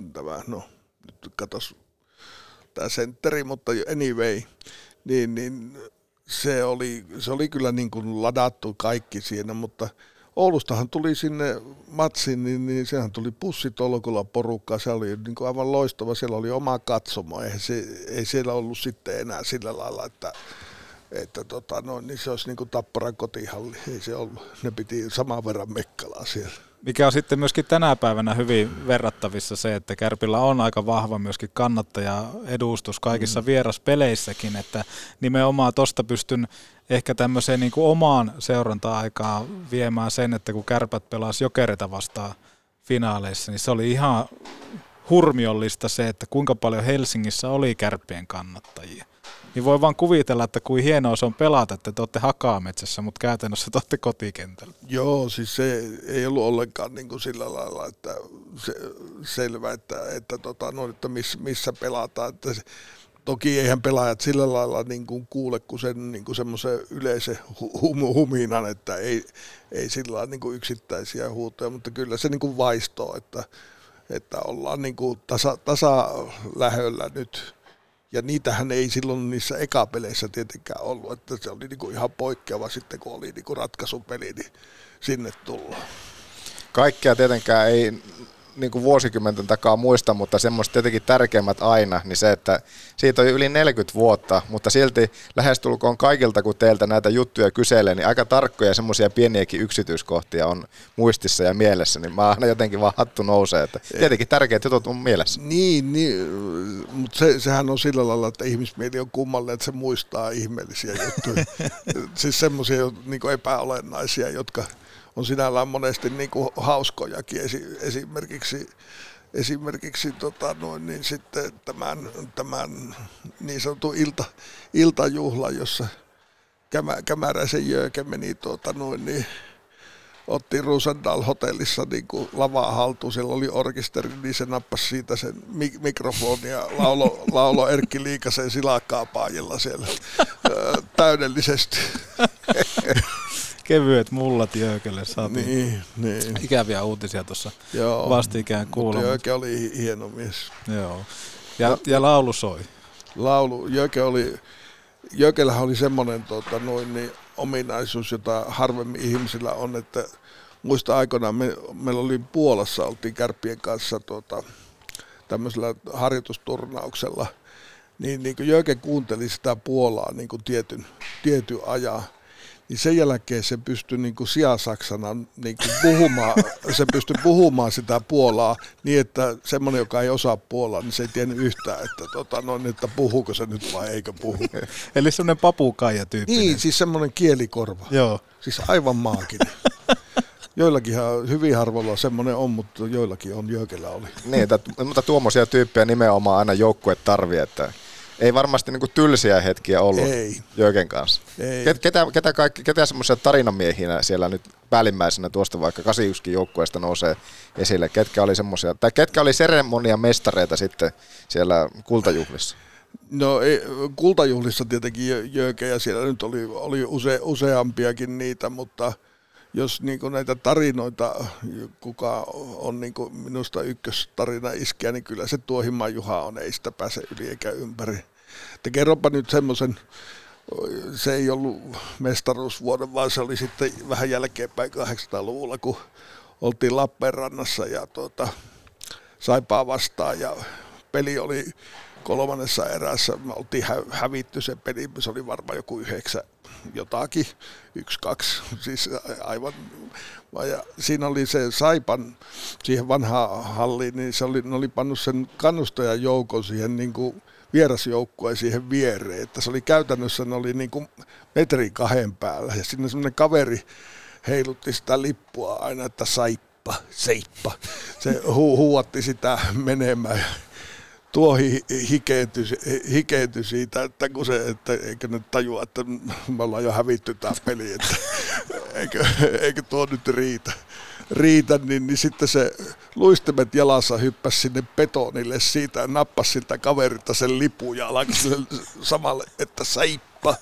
[SPEAKER 9] nyt katos tämä sentteri, mutta anyway, niin se oli kyllä niin kuin ladattu kaikki siinä, mutta Oulustahan tuli sinne matsiin, niin sehän tuli pussitolkulla porukkaa, se oli niin kuin aivan loistava, siellä oli oma katsomo, ei siellä ollut sitten enää sillä lailla, että niin se olisi niin kuin Tapparan kotihalli, ei se ollut, ne piti saman verran mekkalaa siellä.
[SPEAKER 7] Mikä on sitten myöskin tänä päivänä hyvin verrattavissa se, että Kärpillä on aika vahva myöskin kannattaja-edustus kaikissa vieraspeleissäkin, että nimenomaan tuosta pystyn ehkä tämmöiseen niin kuin omaan seuranta-aikaan viemään sen, että kun Kärpät pelasi Jokereita vastaan finaaleissa, niin se oli ihan hurmiollista se, että kuinka paljon Helsingissä oli Kärppien kannattajia. Niin voi vaan kuvitella, että kuin hienoa se on pelata, että te olette Hakametsässä, mutta käytännössä te olette kotikentällä.
[SPEAKER 9] Joo, siis se ei ollut ollenkaan niin kuin sillä lailla, että selvä, että missä pelataan. Että toki eihän pelaajat sillä lailla niin kuin kuule kuin sen niin kuin semmoisen yleisen huminan, että ei sillä lailla niin kuin yksittäisiä huutoja, mutta kyllä se niin kuin vaistoo, että ollaan niin kuin tasa lähöllä nyt. Ja niitähän ei silloin niissä ekapeleissä tietenkään ollut, että se oli niinku ihan poikkeava sitten, kun oli niinku ratkaisupeli, niin sinne tullaan.
[SPEAKER 8] Kaikkea tietenkään ei niin kuin vuosikymmenten takaa muista, mutta semmoista jotenkin tärkeimmät aina, niin se, että siitä on yli 40 vuotta, mutta silti lähestulkoon kaikilta, kun teiltä näitä juttuja kyselee, niin aika tarkkoja semmoisia pieniäkin yksityiskohtia on muistissa ja mielessä, niin mä aina jotenkin vaan hattu nousee, että tietenkin tärkeät jutut on mielessä.
[SPEAKER 9] Niin mutta sehän on sillä lailla, että ihmismieli on kummallinen, että se muistaa ihmeellisiä juttuja. Siis semmoisia niin epäolennaisia, jotka on sinällään monesti niin kuin hauskojakin, esimerkiksi niin sitten tämän niin sanotun iltajuhla, jossa Kämäräisen Jöke meni niin otti Rosendal-hotellissa niin kuin lavaa haltuun, siellä oli orkesteri, niin se nappasi siitä sen mikrofonia ja laulo Erkki Liikasen Silakkaa-paajilla siellä täydellisesti.
[SPEAKER 7] Kevyet mullat Jöökelle saatiin.
[SPEAKER 9] Niin.
[SPEAKER 7] Ikäviä uutisia tuossa vastikään kuulla.
[SPEAKER 9] Jööke oli hieno mies.
[SPEAKER 7] Joo. Ja laulu soi.
[SPEAKER 9] Jöökellähän oli semmoinen ominaisuus, jota harvemmin ihmisillä on, että muista aikoinaan meillä oli Puolassa, oltiin Kärppien kanssa tämmöisellä harjoitusturnauksella, niin kuin Jöke kuunteli sitä Puolaa niin kuin tietyn ajan, niin sen jälkeen se pystyi niin kuin sijasaksana niin kuin puhumaan sitä Puolaa niin, että semmoinen, joka ei osaa Puolaa, niin se ei tiennyt yhtään, että puhuuko se nyt vai eikö puhu.
[SPEAKER 7] Eli semmoinen papukaija-tyyppinen.
[SPEAKER 9] Niin, siis semmoinen kielikorva.
[SPEAKER 7] Joo.
[SPEAKER 9] Siis aivan maaginen. Joillakinhan hyvin harvoilla semmoinen on, mutta joillakin on, Jöökellä oli.
[SPEAKER 8] Niin, mutta tuommoisia tyyppejä nimenomaan aina joukkue tarvii, että ei varmasti niinku tylsiä hetkiä ollut Jöken kanssa.
[SPEAKER 9] Ei.
[SPEAKER 8] Ketä semmoisia tarinamiehinä siellä nyt päällimmäisenä tuosta vaikka 81 joukkueesta nousee esille? Ketkä oli semmoisia, tai ketkä oli seremonia mestareita sitten siellä kultajuhlissa?
[SPEAKER 9] No kultajuhlissa tietenkin Jöke ja siellä nyt oli useampiakin niitä, mutta jos niinku näitä tarinoita, kuka on niinku minusta ykköstarina iskeä, niin kyllä se Tuohimaan Juha on, ei sitä pääse yli eikä ympäri. Että kerropa nyt semmoisen, se ei ollut mestaruusvuoden, vaan se oli sitten vähän jälkeenpäin 800-luvulla, kun oltiin Lappeenrannassa ja Saipaa vastaan ja peli oli 3. erässä, me oltiin hävitty se peli, se oli varmaan joku 9 jotakin, 1-2, siis aivan, ja siinä oli se Saipan siihen vanhaan halliin, niin ne oli pannut sen kannustajan joukon siihen niin kuin vierasjoukkueen siihen viereen, että se oli käytännössä, ne oli niin kuin 1-2 metrin päällä, ja sinne semmoinen kaveri heilutti sitä lippua aina, että Seippa, se huuatti sitä menemään. Tuohi hikeentyi siitä, että eikö ne tajua, että me ollaan jo hävitty tämä peli, että eikö tuo nyt riitä, niin sitten se luistimet jalassa hyppäsi sinne betonille siitä ja nappasi siltä kaverilta sen lipun ja alkoi samalle, että Seippa.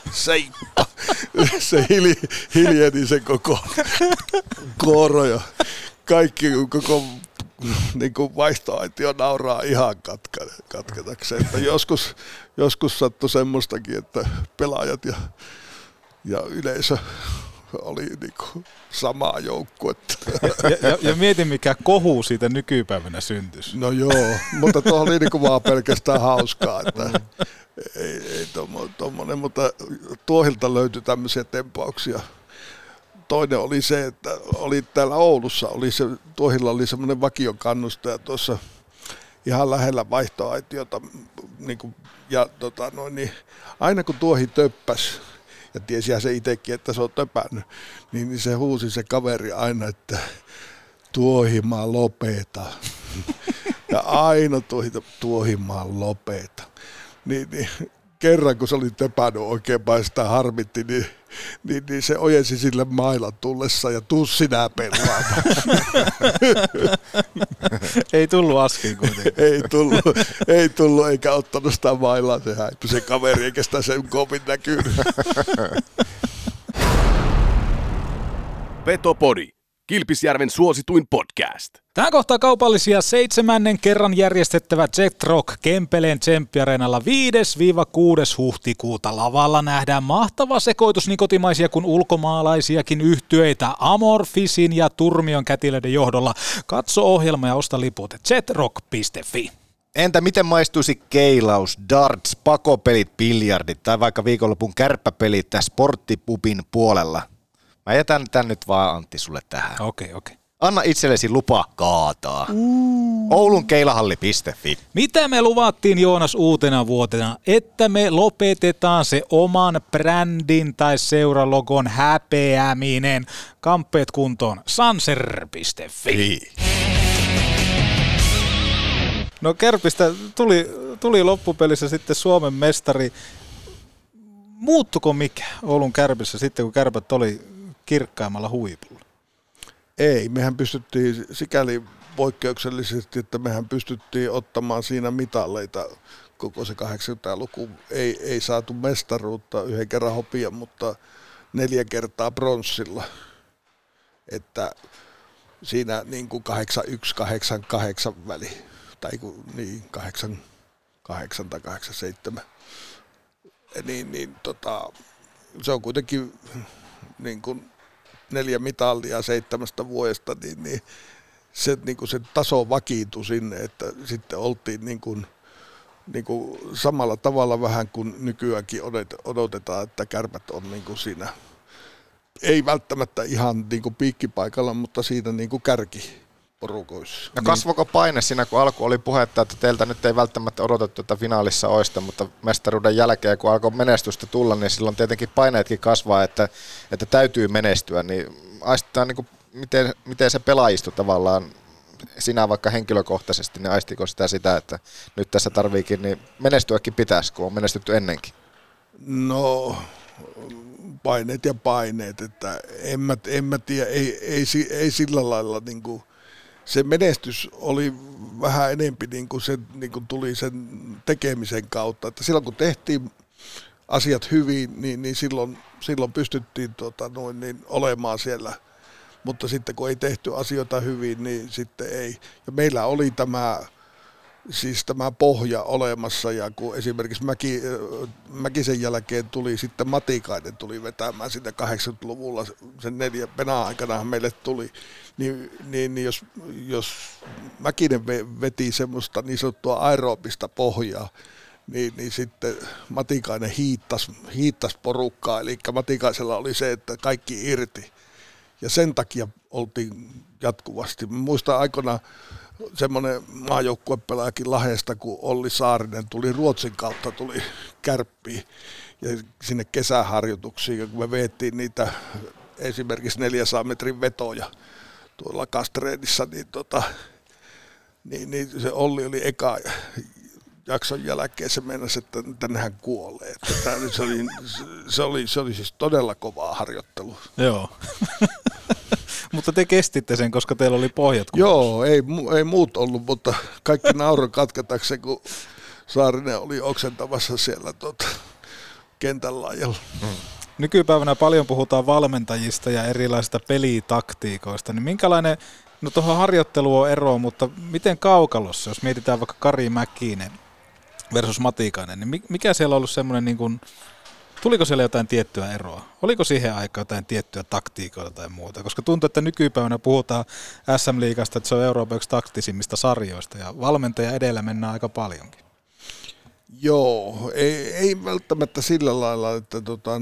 [SPEAKER 9] Se hiljeni se koko kooro ja kaikki koko niin kuin vaihtoaitio nauraa ihan katketakseen. Että joskus sattui semmoistakin, että pelaajat ja yleisö oli niin kuin samaa joukkuetta.
[SPEAKER 7] Ja mieti, mikä kohu siitä nykypäivänä syntyisi.
[SPEAKER 9] No joo, mutta tuo oli niin kuin vaan pelkästään hauskaa. Että ei tommonen, mutta Tuohilta löytyi tämmöisiä tempauksia. Toinen oli se, että oli täällä Oulussa, Tuohilla oli semmoinen vakiokannustaja tuossa ihan lähellä vaihtoaitiota. Niin aina kun Tuohi töppäsi, ja tiesihän se itsekin, että se on töpännyt, niin se huusi se kaveri aina, että Tuohimaa lopeta. Ja aina Tuohimaa lopeta. Niin kerran kun se oli töpännyt oikein sitä harmitti, niin se ojensi sille mailan tullessa ja tuu sinä pelaamaan.
[SPEAKER 7] Ei tullut askiin kuitenkin.
[SPEAKER 9] ei tullut eikä ottanut sitä mailaa, se häipyi se kaveri eikä sitä sen kovin näkynyt.
[SPEAKER 1] Petopodi. Kilpisjärven suosituin podcast.
[SPEAKER 7] Tähän kohtaa kaupallisia 7. kerran järjestettävä Jet Rock Kempeleen Tsemppi-areenalla 5-6. huhtikuuta. Lavalla nähdään mahtava sekoitus niin kotimaisia kuin ulkomaalaisiakin yhtyeitä Amorphisin ja Turmion kätilöiden johdolla. Katso ohjelma ja osta liput jetrock.fi.
[SPEAKER 8] Entä miten maistuisi keilaus, darts, pakopelit, biljardit tai vaikka viikonlopun kärppäpelit tässä sporttipupin puolella? Mä jätän tän nyt vaan Antti sulle tähän.
[SPEAKER 7] Okei.
[SPEAKER 8] Anna itsellesi lupa kaataa. Oulunkeilahalli.fi.
[SPEAKER 7] Mitä me luvattiin, Joonas, uutena vuotena? Että me lopetetaan se oman brändin tai seuralogon häpeäminen. Kamppeet kuntoon. Sanser.fi. No Kärpistä tuli loppupelissä sitten Suomen mestari. Muuttuko mikä Oulun Kärpissä sitten, kun Kärpät oli kirkkaimmalla huipulla?
[SPEAKER 9] Ei, mehän pystyttiin sikäli poikkeuksellisesti, että mehän pystyttiin ottamaan siinä mitalleita koko se 80-luku. Ei saatu mestaruutta, 1 kerran hopia, mutta 4 kertaa bronssilla. Että siinä niin kuin 81-88 väli, tai niin 88 tai 87. Se on kuitenkin niin kuin 4 mitallia 7 vuodesta, niin se taso vakiintui sinne, että sitten oltiin niin kuin samalla tavalla vähän kuin nykyäänkin odotetaan, että Kärpät on niin kuin siinä, ei välttämättä ihan niin kuin piikkipaikalla, mutta siinä niin kuin kärkiporukoissa.
[SPEAKER 8] No kasvoiko paine siinä, kun alku oli puhetta, että teiltä nyt ei välttämättä odotettu, että finaalissa oista, mutta mestaruuden jälkeen, kun alkoi menestystä tulla, niin silloin tietenkin paineetkin kasvaa, että täytyy menestyä, niin aistetaan niin kuin, miten se pelaajisto tavallaan, sinä vaikka henkilökohtaisesti, niin aistiko sitä, että nyt tässä tarviikin, niin menestyäkin pitäisi, kun on menestytty ennenkin?
[SPEAKER 9] No paineet, että en mä tiedä, ei sillä lailla niin kuin, se menestys oli vähän enempi niin kuin se niin kuin tuli sen tekemisen kautta, että silloin kun tehtiin asiat hyvin, niin silloin pystyttiin olemaan siellä, mutta sitten kun ei tehty asioita hyvin, niin sitten ei. Ja meillä oli tämä pohja olemassa, ja kun esimerkiksi Mäkisen jälkeen tuli sitten Matikainen tuli vetämään sinne 80-luvulla, sen 4 penaa aikana meille tuli, niin jos Mäkinen veti semmoista niin sanottua aerobista pohjaa, niin sitten Matikainen hiittas porukkaa, eli Matikaisella oli se, että kaikki irti, ja sen takia oltiin jatkuvasti. Muistan aikana semmoinen maajoukkuepelaajakin Lahdesta, kun Olli Saarinen tuli Ruotsin kautta, tuli Kärppiin ja sinne kesäharjoituksiin, ja kun me veettiin niitä esimerkiksi 400 metrin vetoja tuolla Kastreenissa, niin se Olli oli eka jakson jälkeen, se meinasi, että tännehän kuolee. Että se oli siis todella kovaa harjoittelu.
[SPEAKER 7] Joo. Mutta te kestitte sen, koska teillä oli pohjat.
[SPEAKER 9] Joo, ei muut ollut, mutta kaikki nauroi katketakseen, kun Saarinen oli oksentamassa siellä kentän laajalla.
[SPEAKER 7] Nykypäivänä paljon puhutaan valmentajista ja erilaisista pelitaktiikoista, niin minkälainen, no tuohon harjoitteluun on ero, mutta miten kaukalossa, jos mietitään vaikka Kari Mäkinen versus Matikainen, niin mikä siellä on ollut semmoinen, niin kuin, tuliko siellä jotain tiettyä eroa? Oliko siihen aikaan jotain tiettyä taktiikoita tai muuta? Koska tuntuu, että nykypäivänä puhutaan SM-liigasta, että se on Euroopan yksi taktisimmista sarjoista ja valmentaja edellä mennään aika paljonkin.
[SPEAKER 9] Joo, ei välttämättä sillä lailla, että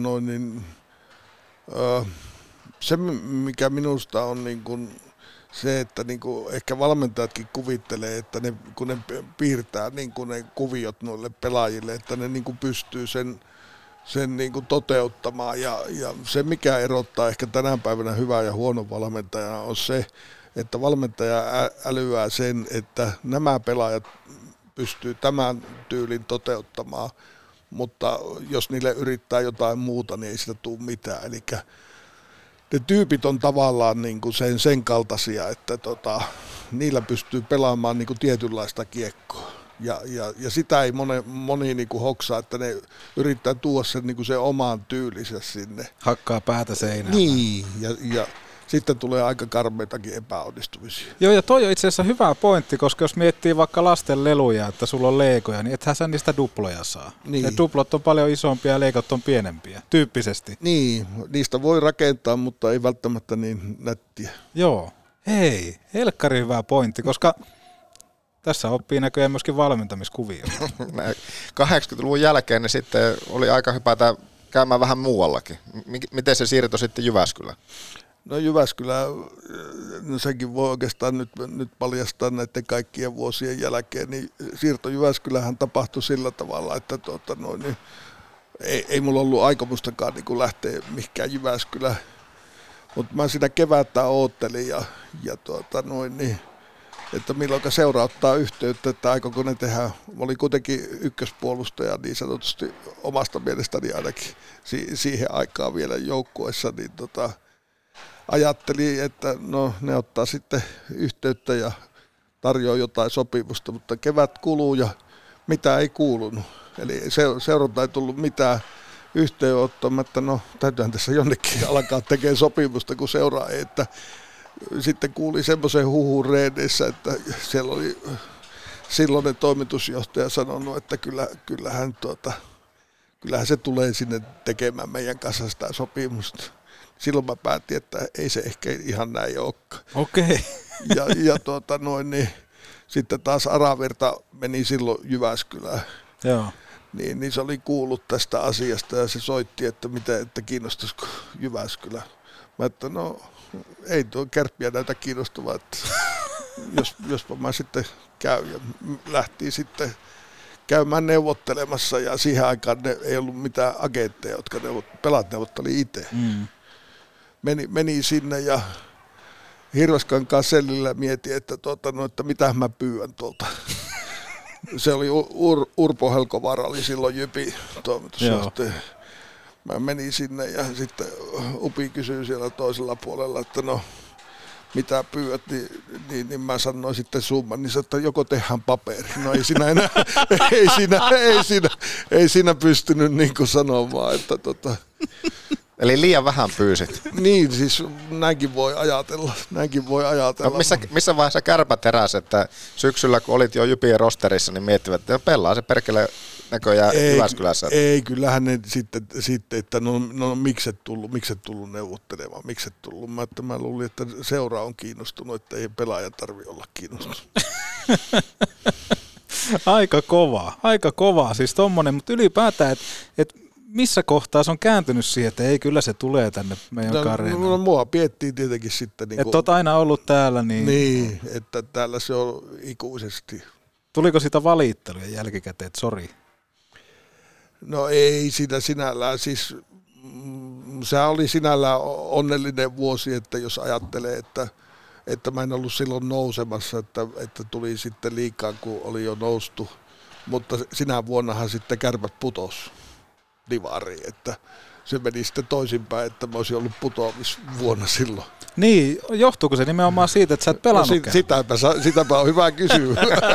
[SPEAKER 9] se mikä minusta on niin kuin se, että niin kuin ehkä valmentajatkin kuvittelee, että kun ne piirtää niin kuin ne kuviot noille pelaajille, että ne niin kuin pystyy sen niin kuin toteuttamaan, ja se mikä erottaa ehkä tänä päivänä hyvää ja huono valmentajana on se, että valmentaja älyää sen, että nämä pelaajat pystyy tämän tyylin toteuttamaan, mutta jos niille yrittää jotain muuta, niin ei sitä tule mitään. Eli ne tyypit on tavallaan niin kuin sen kaltaisia, että niillä pystyy pelaamaan niin kuin tietynlaista kiekkoa. Ja sitä ei moni niin kuin hoksaa, että ne yrittää tuoda sen, niin kuin sen omaan tyylinsä sinne.
[SPEAKER 7] Hakkaa päätä seinään.
[SPEAKER 9] Niin, ja sitten tulee aika karmeitakin epäonnistumisia.
[SPEAKER 7] Joo, ja toi on itse asiassa hyvä pointti, koska jos miettii vaikka lasten leluja, että sulla on leikoja, niin ethän sä niistä duploja saa.
[SPEAKER 9] Niin.
[SPEAKER 7] Ja duplot on paljon isompia ja leikot on pienempiä, tyyppisesti.
[SPEAKER 9] Niin, niistä voi rakentaa, mutta ei välttämättä niin nättiä.
[SPEAKER 7] Joo. Hei, helkkari hyvä pointti, koska tässä oppii näköjään myöskin valmentamiskuvia.
[SPEAKER 8] 80-luvun jälkeen niin sitten oli aika hypätä käymään vähän muuallakin. Miten se siirto sitten Jyväskylään?
[SPEAKER 9] No Jyväskylä, no sekin voi oikeastaan nyt paljastaa näiden kaikkien vuosien jälkeen, niin siirto Jyväskylähän tapahtui sillä tavalla, että niin ei mulla ollut aikomustakaan niin lähteä mihinkään Jyväskylään. Mutta mä siinä kevättä oottelin ja niin, että milloinka seura ottaa yhteyttä, että aikoiko ne tehdä. Mä olin kuitenkin ykköspuolustaja niin sanotusti omasta mielestäni ainakin siihen aikaan vielä joukkueessa, niin ajattelin, että no ne ottaa sitten yhteyttä ja tarjoaa jotain sopimusta, mutta kevät kuluu ja mitään ei kuulunut. Eli seuralta ei tullut mitään yhteenottoa, että no täytyyhän tässä jonnekin alkaa tekemään sopimusta, kun seuraa ei, että sitten kuuli semmoisen huhun reenissä, että siellä oli silloinen toimitusjohtaja sanonut, että kyllähän se tulee sinne tekemään meidän kanssa sitä sopimusta. Silloin mä päätin, että ei se ehkä ihan näin olekaan.
[SPEAKER 7] Okei.
[SPEAKER 9] Niin, sitten taas Aravirta meni silloin Jyväskylään.
[SPEAKER 7] Joo.
[SPEAKER 9] Niin se oli kuullut tästä asiasta ja se soitti, että kiinnostaisiko Jyväskylä. Mä että no ei tuo Kärppiä näytä kiinnostavaa, että jospa mä sitten käyn ja lähtiin sitten käymään neuvottelemassa ja siihen aikaan ei ollut mitään agentteja, jotka pelat neuvotteli itse. Meni sinne ja Hirvaskankaan sellillä mietin, että mitä mä pyydän tuolta. Se oli Urpo Helkovaara oli silloin Jypin toimitusjohtaja. Mä menin sinne ja sitten Upi kysyi siellä toisella puolella, että no mitä pyydät, niin mä sanoin sitten summan, niin että joko tehdään paperi. No ei siinä enää, ei siinä pystynyt niin kuin sanomaan, että
[SPEAKER 8] Eli liian vähän pyysit.
[SPEAKER 9] Niin, siis näinkin voi ajatella.
[SPEAKER 8] No, missä vaiheessa Kärpät heräsi, että syksyllä kun olit jo Jypien rosterissa, niin miettivät, että pelaa se perkele näköjään Jyväskylässä.
[SPEAKER 9] Ei, kyllähän ne sitten että no mikset tullut neuvottelemaan, Mä luulin, että seura on kiinnostunut, että ei pelaaja tarvitse olla kiinnostunut.
[SPEAKER 7] Aika kova, siis tommonen, mutta ylipäätään, että missä kohtaa se on kääntynyt siihen, että ei kyllä se tulee tänne meidän karjaan?
[SPEAKER 9] No mua piettiin tietenkin sitten.
[SPEAKER 7] Että oot aina ollut täällä.
[SPEAKER 9] Niin, että täällä se on ikuisesti.
[SPEAKER 7] Tuliko sitä valitteluja jälkikäteen, että sori?
[SPEAKER 9] No ei siinä sinällään, siis sehän oli sinällään onnellinen vuosi, että jos ajattelee, että mä en ollut silloin nousemassa, että tuli sitten liikaa, kun oli jo noustu, mutta sinä vuonnahan sitten Kärpät putosi divariin, että se meni sitten toisinpäin, että mä olisin ollut putoamisvuonna silloin.
[SPEAKER 7] Niin, johtuuko se nimenomaan siitä, että sä et pelannutkaan?
[SPEAKER 9] Sitäpä on hyvä kysyä.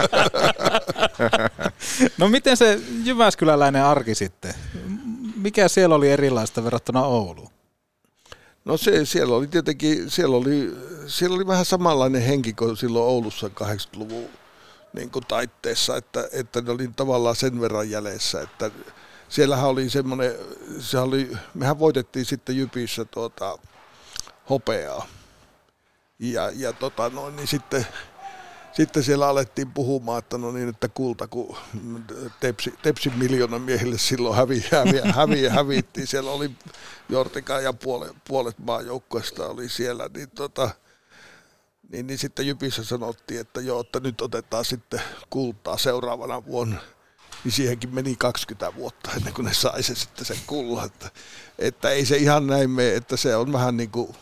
[SPEAKER 7] No miten se jyväskyläläinen arki sitten? Mikä siellä oli erilaista verrattuna Ouluun? No
[SPEAKER 9] siellä oli tietenkin, siellä oli vähän samanlainen henki kuin silloin Oulussa 80-luvun niin kuin taitteessa, että ne oli tavallaan sen verran jäljessä, että siellähän oli semmoinen, mehän voitettiin sitten Jypissä hopeaa. Niin sitten siellä alettiin puhumaan, että no niin, että kulta, kun Tepsin miljoonan miehille silloin hävittiin. Siellä oli Jortika ja puolet maajoukkueesta oli siellä, niin sitten Jypissä sanottiin, että joo, että nyt otetaan sitten kultaa seuraavana vuonna. Niin siihenkin meni 20 vuotta ennen kuin ne sai sen kullan. Että ei se ihan näin mene, että se on vähän niin kuin,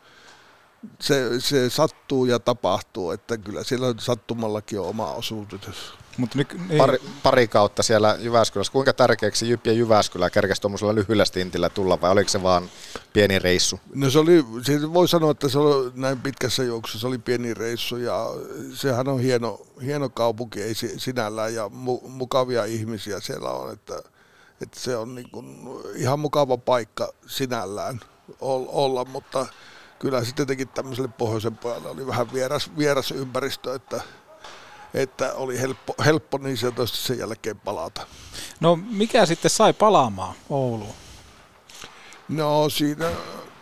[SPEAKER 9] se sattuu ja tapahtuu, että kyllä siellä sattumallakin on oma osuutensa.
[SPEAKER 8] Pari kautta siellä Jyväskylässä. Kuinka tärkeäksi Jypi ja Jyväskylä kerkesi tuollaisella lyhyellä stintillä tulla vai oliko se vaan pieni reissu?
[SPEAKER 9] No se voi sanoa, että se oli näin pitkässä juoksussa, se oli pieni reissu ja sehän on hieno kaupunki ei sinällään ja mukavia ihmisiä siellä on, että se on niin kuin ihan mukava paikka sinällään olla, mutta kyllä se tietenkin tämmöiselle pohjoisen pojalle oli vähän vieras ympäristö, että oli helppo niin sieltä sen jälkeen palata.
[SPEAKER 7] No mikä sitten sai palaamaan Ouluun?
[SPEAKER 9] No siinä,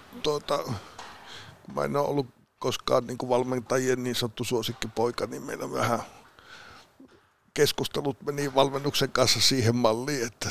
[SPEAKER 9] kun mä en ole ollut koskaan niin kuin valmentajien niin sanottu suosikkipoika, niin meillä vähän keskustelut meni valmennuksen kanssa siihen malliin, että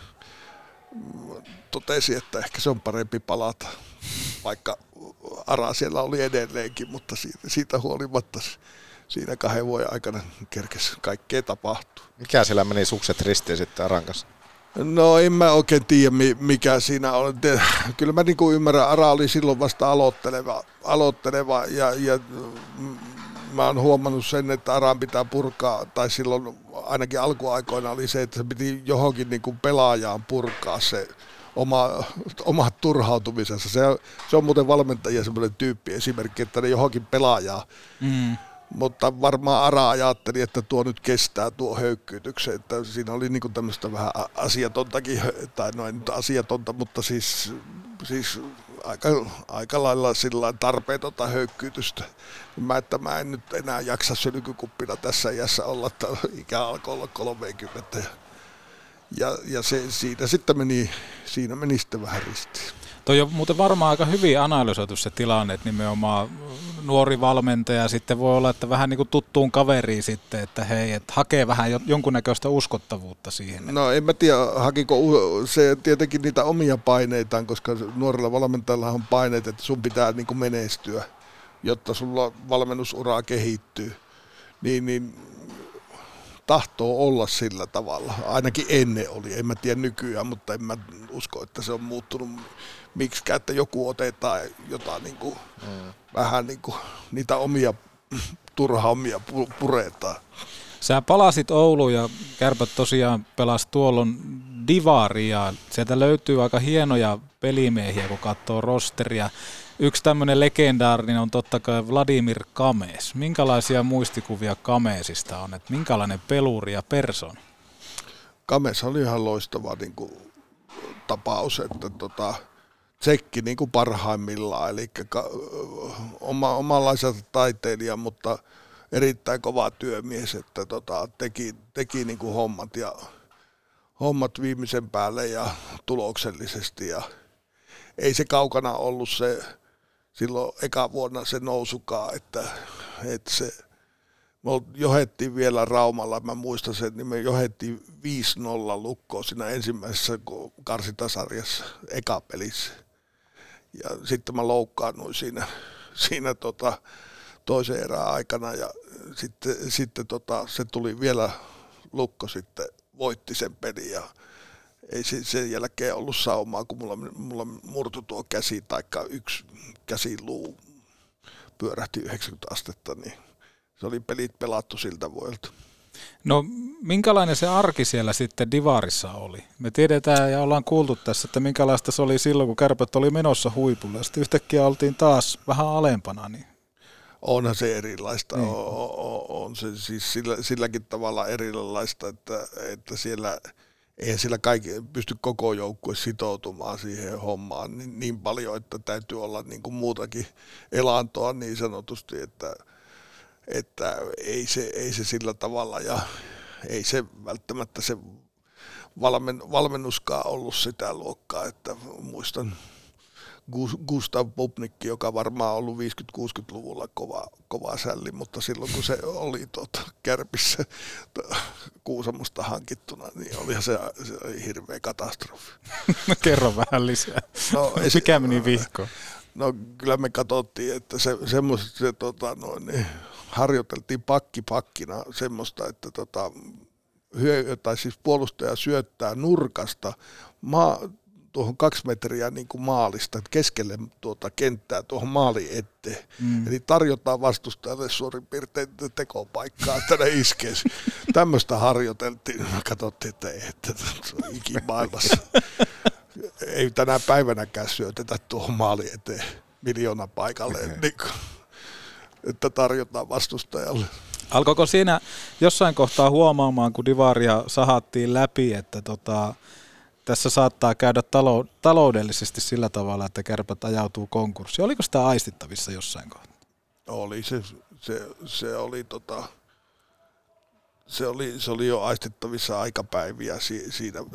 [SPEAKER 9] totesi, että ehkä se on parempi palata, vaikka Ara siellä oli edelleenkin, mutta siitä huolimatta siinä 2 vuoden aikana kerkesi kaikkea tapahtuu. Mikä
[SPEAKER 8] siellä meni sukset ristiin sitten Aran kanssa?
[SPEAKER 9] No en mä oikein tiedä mikä siinä on. Kyllä mä niin kuin ymmärrän, Ara oli silloin vasta aloitteleva ja mä oon huomannut sen, että Aran pitää purkaa, tai silloin ainakin alkuaikoina oli se, että se piti johonkin niin kuin pelaajaan purkaa se oma turhautumisensa. Se on muuten valmentajia semmoinen tyyppi esimerkki, että ne johonkin pelaajaa. Mutta varmaan Ara ajatteli, että tuo nyt kestää tuo höykkyytyksen, että siinä oli niinku tämmöistä vähän asiatontakin, tai no ei nyt asiatonta, mutta siis aika lailla sillain tarpeetonta höykkyytystä. Mä en nyt enää jaksa sylkykuppina tässä iässä olla, että ikä alkoi olla 30. Ja siinä sitten meni sitten vähän ristiin.
[SPEAKER 7] Toi on muuten varmaan aika hyvin analysoitu se tilanne, että nimenomaan nuori valmentaja sitten voi olla, että vähän niin kuin tuttuun kaveriin sitten, että hei, että hakee vähän jonkunnäköistä uskottavuutta siihen.
[SPEAKER 9] No en mä tiedä, hakiko se tietenkin niitä omia paineitaan, koska nuorella valmentajalla on paineet, että sun pitää niin kuin menestyä, jotta sulla valmennusuraa kehittyy. Niin tahtoo olla sillä tavalla. Ainakin ennen oli, en mä tiedä nykyään, mutta en mä usko, että se on muuttunut miksikään, että joku otetaan jotain niin kuin, vähän niin kuin niitä omia turhaumia puretaan.
[SPEAKER 7] Sä palasit Ouluun ja Kärpät tosiaan pelasi tuolloin Divaria. Sieltä löytyy aika hienoja pelimiehiä, kun katsoo rosteria. Yksi tämmöinen legendaarinen on totta kai Vladimir Kames. Minkälaisia muistikuvia Kamesista on? Että minkälainen peluri ja persoona?
[SPEAKER 9] Kames oli ihan loistava niin kuin tapaus, että tsekki niin kuin parhaimmillaan, eli omanlaisensa taiteilija, mutta erittäin kova työmies, että teki niin kuin hommat viimeisen päälle ja tuloksellisesti ja ei se kaukana ollut se silloin eka vuonna se nousukaan, että se me johettiin vielä Raumalla, mä muistan sen, niin me johettiin 5-0 lukkoon siinä ensimmäisessä karsintasarjassa eka pelissä. Ja sitten mä loukkaannuin siinä toisen erän aikana ja sitten se tuli vielä lukko sitten voitti sen pelin ja ei sen jälkeen ollut saumaa, kun mulla murtui tuo käsi taikka yksi käsiluu pyörähti 90 astetta, niin se oli pelit pelattu siltä vuodelta.
[SPEAKER 7] No minkälainen se arki siellä sitten Divarissa oli? Me tiedetään ja ollaan kuultu tässä, että minkälaista se oli silloin, kun Kärpät oli menossa huipulle. Sitten yhtäkkiä oltiin taas vähän alempana. Niin.
[SPEAKER 9] Onhan se erilaista. Niin. On se siis silläkin tavalla erilaista, että siellä eihän sillä kaikki pysty koko joukkue sitoutumaan siihen hommaan niin paljon, että täytyy olla niin kuin muutakin elantoa niin sanotusti, että ei se sillä tavalla ja ei se välttämättä se valmennuskaan ollut sitä luokkaa, että muistan Gustav Pupnikki, joka varmaan on ollut 50-60-luvulla kova sälli, mutta silloin kun se oli Kärpissä Kuusamosta hankittuna, niin olihan se hirveä katastrofi.
[SPEAKER 7] Kerro vähän lisää. No, mikä meni vihkoon?
[SPEAKER 9] No kyllä me katsottiin, että niin harjoiteltiin pakkina semmoista, että siis puolustaja syöttää nurkasta tuohon 2 metriä niin kuin maalista, keskelle kenttää tuohon maalin eteen. Eli tarjotaan vastustajalle suurin piirtein tekopaikkaa, että ne iskee. Tämmöistä harjoiteltiin. Me katsottiin, että ei, että se on ikimaailmassa. Ei tänä päivänäkään syötetä tuohon maalin eteen 1 paikalle, niin kuin, että tarjotaan vastustajalle.
[SPEAKER 7] Alkoiko siinä jossain kohtaa huomaamaan, kun Divaria sahattiin läpi, että tässä saattaa käydä taloudellisesti sillä tavalla, että Kärpät ajautuu konkurssiin. Oliko sitä aistittavissa jossain kohtaa?
[SPEAKER 9] Oli se oli jo aistettavissa aikapäiviä siinä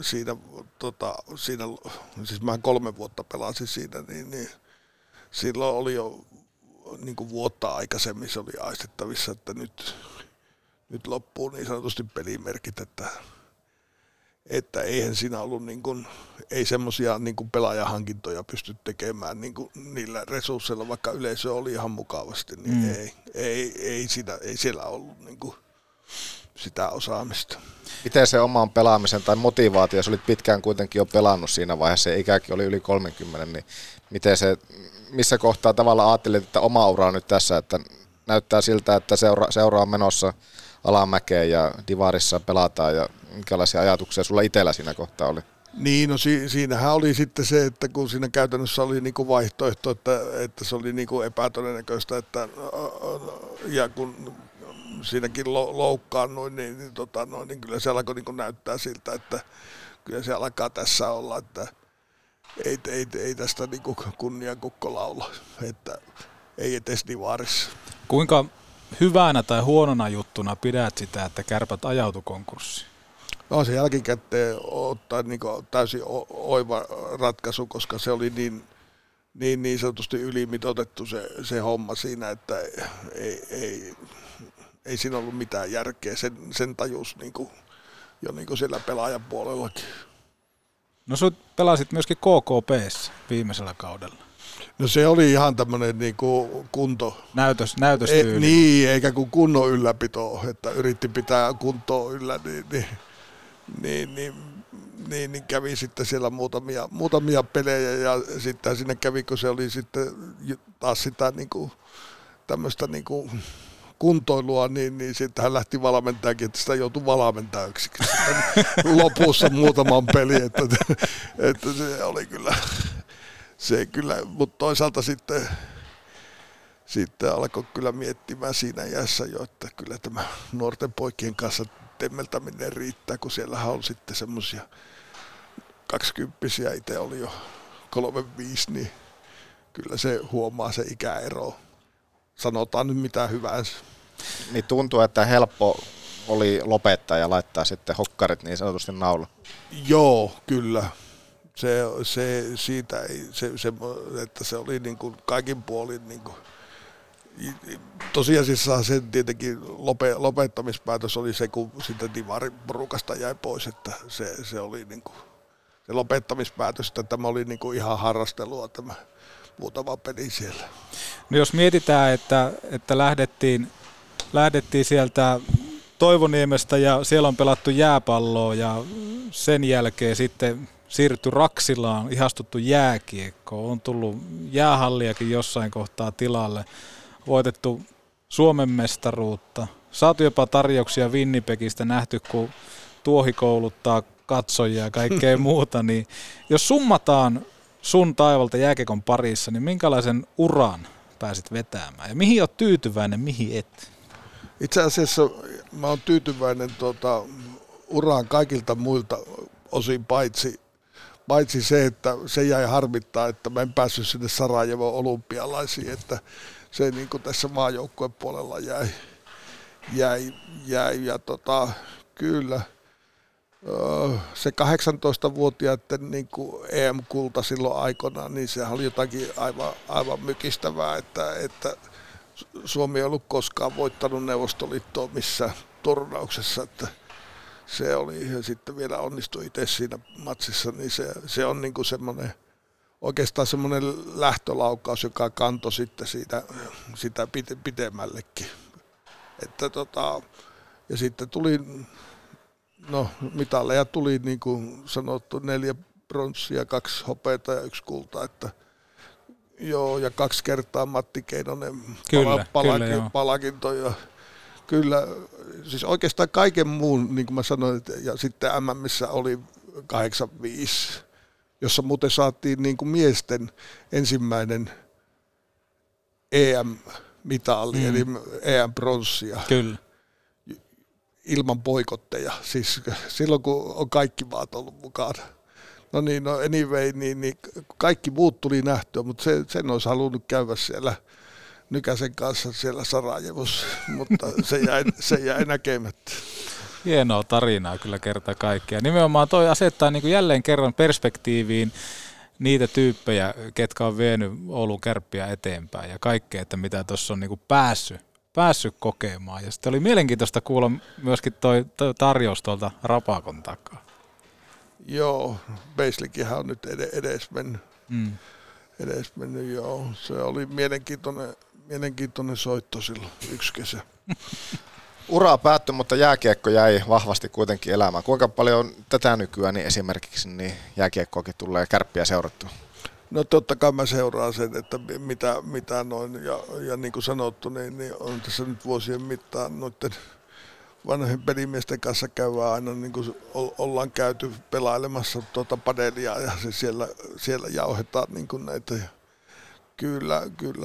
[SPEAKER 9] siis mä 3 vuotta pelasin siinä, niin silloin oli jo niin kuin vuotta aikaisemmin se oli aistettavissa, että nyt loppuu niin sanotusti pelimerkit, että eihän siinä ollut niin kuin, ei semmoisia niin kuin pelaajahankintoja pysty tekemään niin kuin niillä resursseilla, vaikka yleisö oli ihan mukavasti, niin ei siellä ollut niin kuin sitä osaamista.
[SPEAKER 8] Miten se oman pelaamisen tai motivaatio, sä olit pitkään kuitenkin jo pelannut siinä vaiheessa, ikäkin oli yli 30, niin missä kohtaa tavallaan ajattelit, että oma ura on nyt tässä, että näyttää siltä, että seura on menossa alamäkeen ja divarissa pelataan ja minkälaisia ajatuksia sulla itsellä siinä kohtaa oli?
[SPEAKER 9] Niin, no siinähän oli sitten se, että kun siinä käytännössä oli niinku vaihtoehto, että se oli niinku epätodennäköistä, että ja kun siinäkin loukkaannuin, niin kyllä se alkoi niinku näyttää siltä, että kyllä se alkaa tässä olla, että ei tästä niinku kunniakukko laula, että ei edes divarissa.
[SPEAKER 7] Kuinka hyvänä tai huonona juttuna pidät sitä, että Kärpät ajautui konkurssiin?
[SPEAKER 9] No se jälkikäteen ottaa niinku täysin oiva ratkaisu, koska se oli niin sanotusti ylimitoitettu se homma siinä, että ei siinä ollut mitään järkeä. Sen tajus niinku, jo niinku siellä pelaajan puolellakin.
[SPEAKER 7] No sut pelasit myöskin KKP:ssä viimeisellä kaudella.
[SPEAKER 9] No se oli ihan tämmöinen niinku kunto.
[SPEAKER 7] Näytöstyyli.
[SPEAKER 9] Niin, eikä kuin kunnon ylläpito, että yritti pitää kuntoa yllä, niin kävi sitten siellä muutamia pelejä ja sitten sinne kävi, kun se oli sitten taas sitä niinku tämmöistä niinku kuntoilua, niin sitten hän lähti valmentajakin, että sitä joutui valmentajaksi lopussa muutaman pelin, että se oli kyllä, mutta toisaalta sitten alkoi kyllä miettimään siinä iässä jo, että kyllä tämä nuorten poikien kanssa temmeltäminen riittää, kun siellähän on sitten semmoisia 20-vuotiaita, itse oli jo 35, niin kyllä se huomaa se ikäero. Sanotaan nyt mitä hyvänsä.
[SPEAKER 8] Niin tuntuu, että helppo oli lopettaa ja laittaa sitten hokkarit niin sanotusti naula.
[SPEAKER 9] Joo, kyllä. Että se oli niin kuin kaikin puolin niin kuin, tosiasiassa se tietenkin lopettamispäätös oli se, kun sitten divarin porukasta jäi pois, että se oli niin kuin, se lopettamispäätös, että tämä oli niin kuin ihan harrastelua tämä muutama peli siellä.
[SPEAKER 7] No jos mietitään, että lähdettiin sieltä Toivoniemestä ja siellä on pelattu jääpalloa ja sen jälkeen sitten siirrytty Raksilaan, ihastuttu jääkiekkoon, on tullut jäähalliakin jossain kohtaa tilalle, voitettu Suomen mestaruutta, saatu jopa tarjouksia Winnipegistä, nähty kun tuohi kouluttaa katsojia ja kaikkea muuta, niin jos summataan sun taivalta jääkiekon parissa, niin minkälaisen uran pääsit vetämään ja mihin olet tyytyväinen, mihin et?
[SPEAKER 9] Itse asiassa mä oon tyytyväinen uraan kaikilta muilta osin paitsi se, että se jäi harmittaa, että mä en päässyt sinne Sarajevon olympialaisiin, että se niin kuin tässä maajoukkueen puolella jäi ja kyllä se 18-vuotiaiden niin kuin EM-kulta silloin aikoinaan, niin sehän oli jotakin aivan mykistävää, että Suomi ei ollut koskaan voittanut Neuvostoliittoa missään turnauksessa, että se oli ja sitten vielä onnistui itse siinä matsissa, niin se on niin kuin oikeastaan semmoinen lähtölaukaus, joka kantoi sitten sitä pidemmällekin. Että ja sitten tuli, mitalleja tuli niin kuin sanottu 4 pronssia, 2 hopeata ja 1 kultaa, että joo, ja 2 kertaa Matti Keinonen palkinto. Ja kyllä, siis oikeastaan kaiken muun, niin kuin mä sanoin, ja sitten MMissä oli 85, jossa muuten saatiin niin kuin miesten ensimmäinen EM-mitali, eli EM-pronssia.
[SPEAKER 7] Kyllä.
[SPEAKER 9] Ilman boikotteja, siis silloin kun on kaikki maat ollut mukana. No niin, no anyway, niin kaikki muut tuli nähtyä, mutta sen olisi halunnut käydä siellä Nykäsen kanssa siellä Sarajevossa, mutta se jäi näkemättä.
[SPEAKER 7] Hienoa tarinaa kyllä kerta kaikkiaan. Nimenomaan toi asettaa niin kuin jälleen kerran perspektiiviin niitä tyyppejä, ketkä on vienyt Oulun Kärppiä eteenpäin ja kaikkea, että mitä tuossa on niin kuin päässyt kokemaan. Ja sitten oli mielenkiintoista kuulla myöskin toi tarjous tuolta Rapakon takaa.
[SPEAKER 9] Joo, Beislikinhän on nyt edes mennyt, joo. Se oli mielenkiintoinen soitto silloin yksi kesä.
[SPEAKER 8] Ura päättyi, mutta jääkiekko jäi vahvasti kuitenkin elämään. Kuinka paljon tätä nykyään niin esimerkiksi niin jääkiekkoakin tulee Kärppiä seurattua?
[SPEAKER 9] No totta kai mä seuraan sen, että mitä noin, ja niin kuin sanottu, niin on tässä nyt vuosien mittaan noiden vanhojen pelimiesten kanssa käydään aina, niin kuin ollaan käyty pelailemassa padelia ja se siellä jauhetaan niin kuin näitä. Kyllä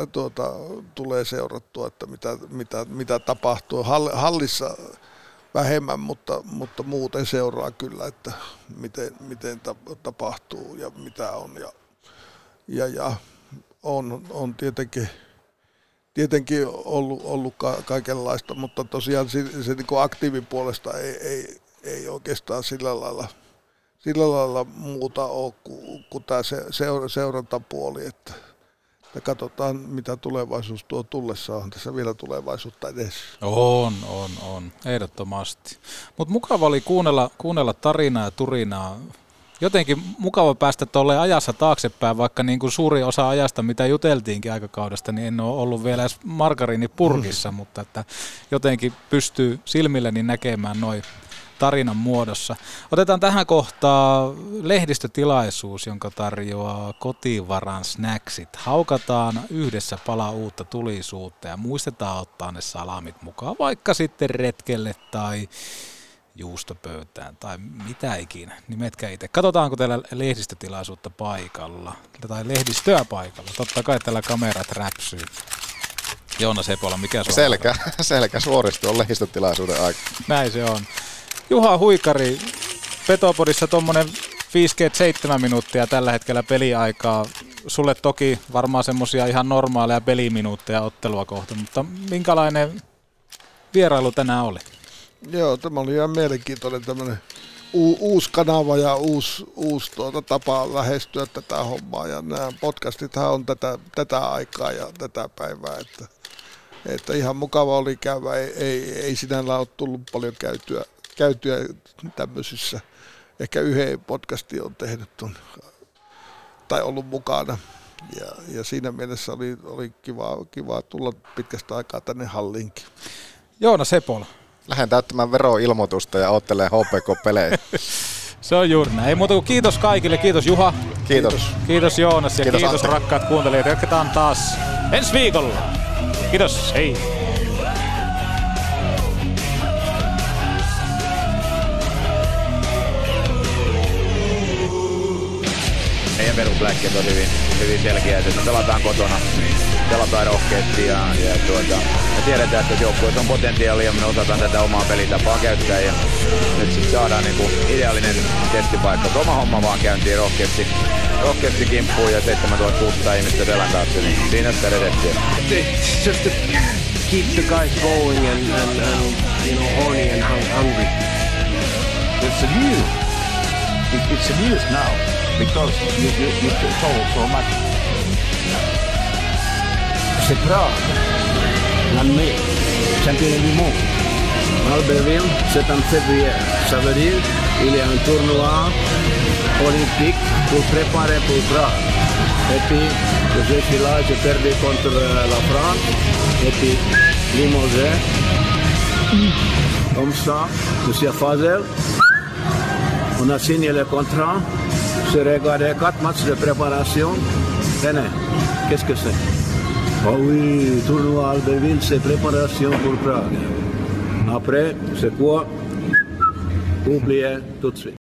[SPEAKER 9] tulee seurattua, että mitä tapahtuu. Hallissa vähemmän, mutta muuten seuraa kyllä, että miten tapahtuu ja mitä on. Ja on tietenkin ollut kaikenlaista, mutta tosiaan se niin kuin aktiivipuolesta ei oikeastaan sillä lailla muuta ole kuin tämä seurantapuoli, että katsotaan, mitä tulevaisuus tuo tullessa. On tässä vielä tulevaisuutta edessä.
[SPEAKER 7] On, ehdottomasti. Mutta mukava oli kuunnella tarinaa ja turinaa. Jotenkin mukava päästä tuolle ajassa taaksepäin, vaikka niin kuin suurin osa ajasta, mitä juteltiinkin aikakaudesta, niin en ole ollut vielä edes margariinipurkissa, mutta että jotenkin pystyy silmilläni näkemään noin tarinan muodossa. Otetaan tähän kohtaan lehdistötilaisuus, jonka tarjoaa Kotivaran snacksit. Haukataan yhdessä pala uutta tulisuutta ja muistetaan ottaa ne salamit mukaan, vaikka sitten retkelle tai juustopöytään tai mitä ikinä. Nimetkää itse. Katsotaanko teillä lehdistötilaisuutta paikalla tai lehdistöä paikalla. Totta kai täällä kamerat räpsyy. Joona Sepola, mikä se on?
[SPEAKER 8] Selkä suoristuu on lehdistötilaisuuden aika.
[SPEAKER 7] Näin se on. Juha Huikari, Petopodissa tuommoinen 57 minuuttia tällä hetkellä peliaikaa. Sulle toki varmaan semmoisia ihan normaaleja peliminuutteja ottelua kohta, mutta minkälainen vierailu tänään oli?
[SPEAKER 9] Joo, tämä oli ihan mielenkiintoinen tämmöinen uusi kanava ja uusi tapa lähestyä tätä hommaa. Ja nämä podcastithan on tätä aikaa ja tätä päivää, että ihan mukava oli käydä. Ei sinällään ole tullut paljon käytyä tämmöisissä. Ehkä yhden podcastin on tehnyt tai ollut mukana. Ja siinä mielessä oli kiva tulla pitkästä aikaa tänne Hallinkin.
[SPEAKER 7] Joona Sepola.
[SPEAKER 8] Lähden täyttämään veroilmoitusta ja ottelen HPK-pelejä.
[SPEAKER 7] Se on juuri näin. Ei muuta kuin kiitos kaikille. Kiitos Juha. Kiitos Joonas ja kiitos rakkaat kuuntelijat. Jatketaan taas ensi viikolla. Kiitos. Hei.
[SPEAKER 4] Meidän perusläkkeet on hyvin selkeä, että me pelataan kotona, pelataan rohkeasti ja me tiedetään, että joukkueessa on potentiaalia ja me osataan tätä omaa pelitapaa käyttää ja nyt sitten saadaan niinku ideaalinen testipaikka. Oma homma vaan käyntiin rohkeasti kimppuun ja 7600 ihmistä selän taakse, niin siinä sitä redettiin.
[SPEAKER 10] It's just to keep the guys going and you know, horny and hungry.
[SPEAKER 4] It's a news now. Because you told so much.
[SPEAKER 10] C'est Prague, l'année, championnat du monde. Albertville, c'est en février. Ça veut dire qu'il y a un tournoi olympique pour préparer pour Prague. Et puis, je suis là, j'ai perdu contre la France. Et puis, Limoges. Comme ça, Monsieur Fazel, on a signé le contrat. Se regarde 4 matchs de préparation. Tenez, qu'est-ce que c'est? Oh oui, tournoi Albertville, c'est préparation pour Prague. Après, c'est quoi? Oubliez tout de suite.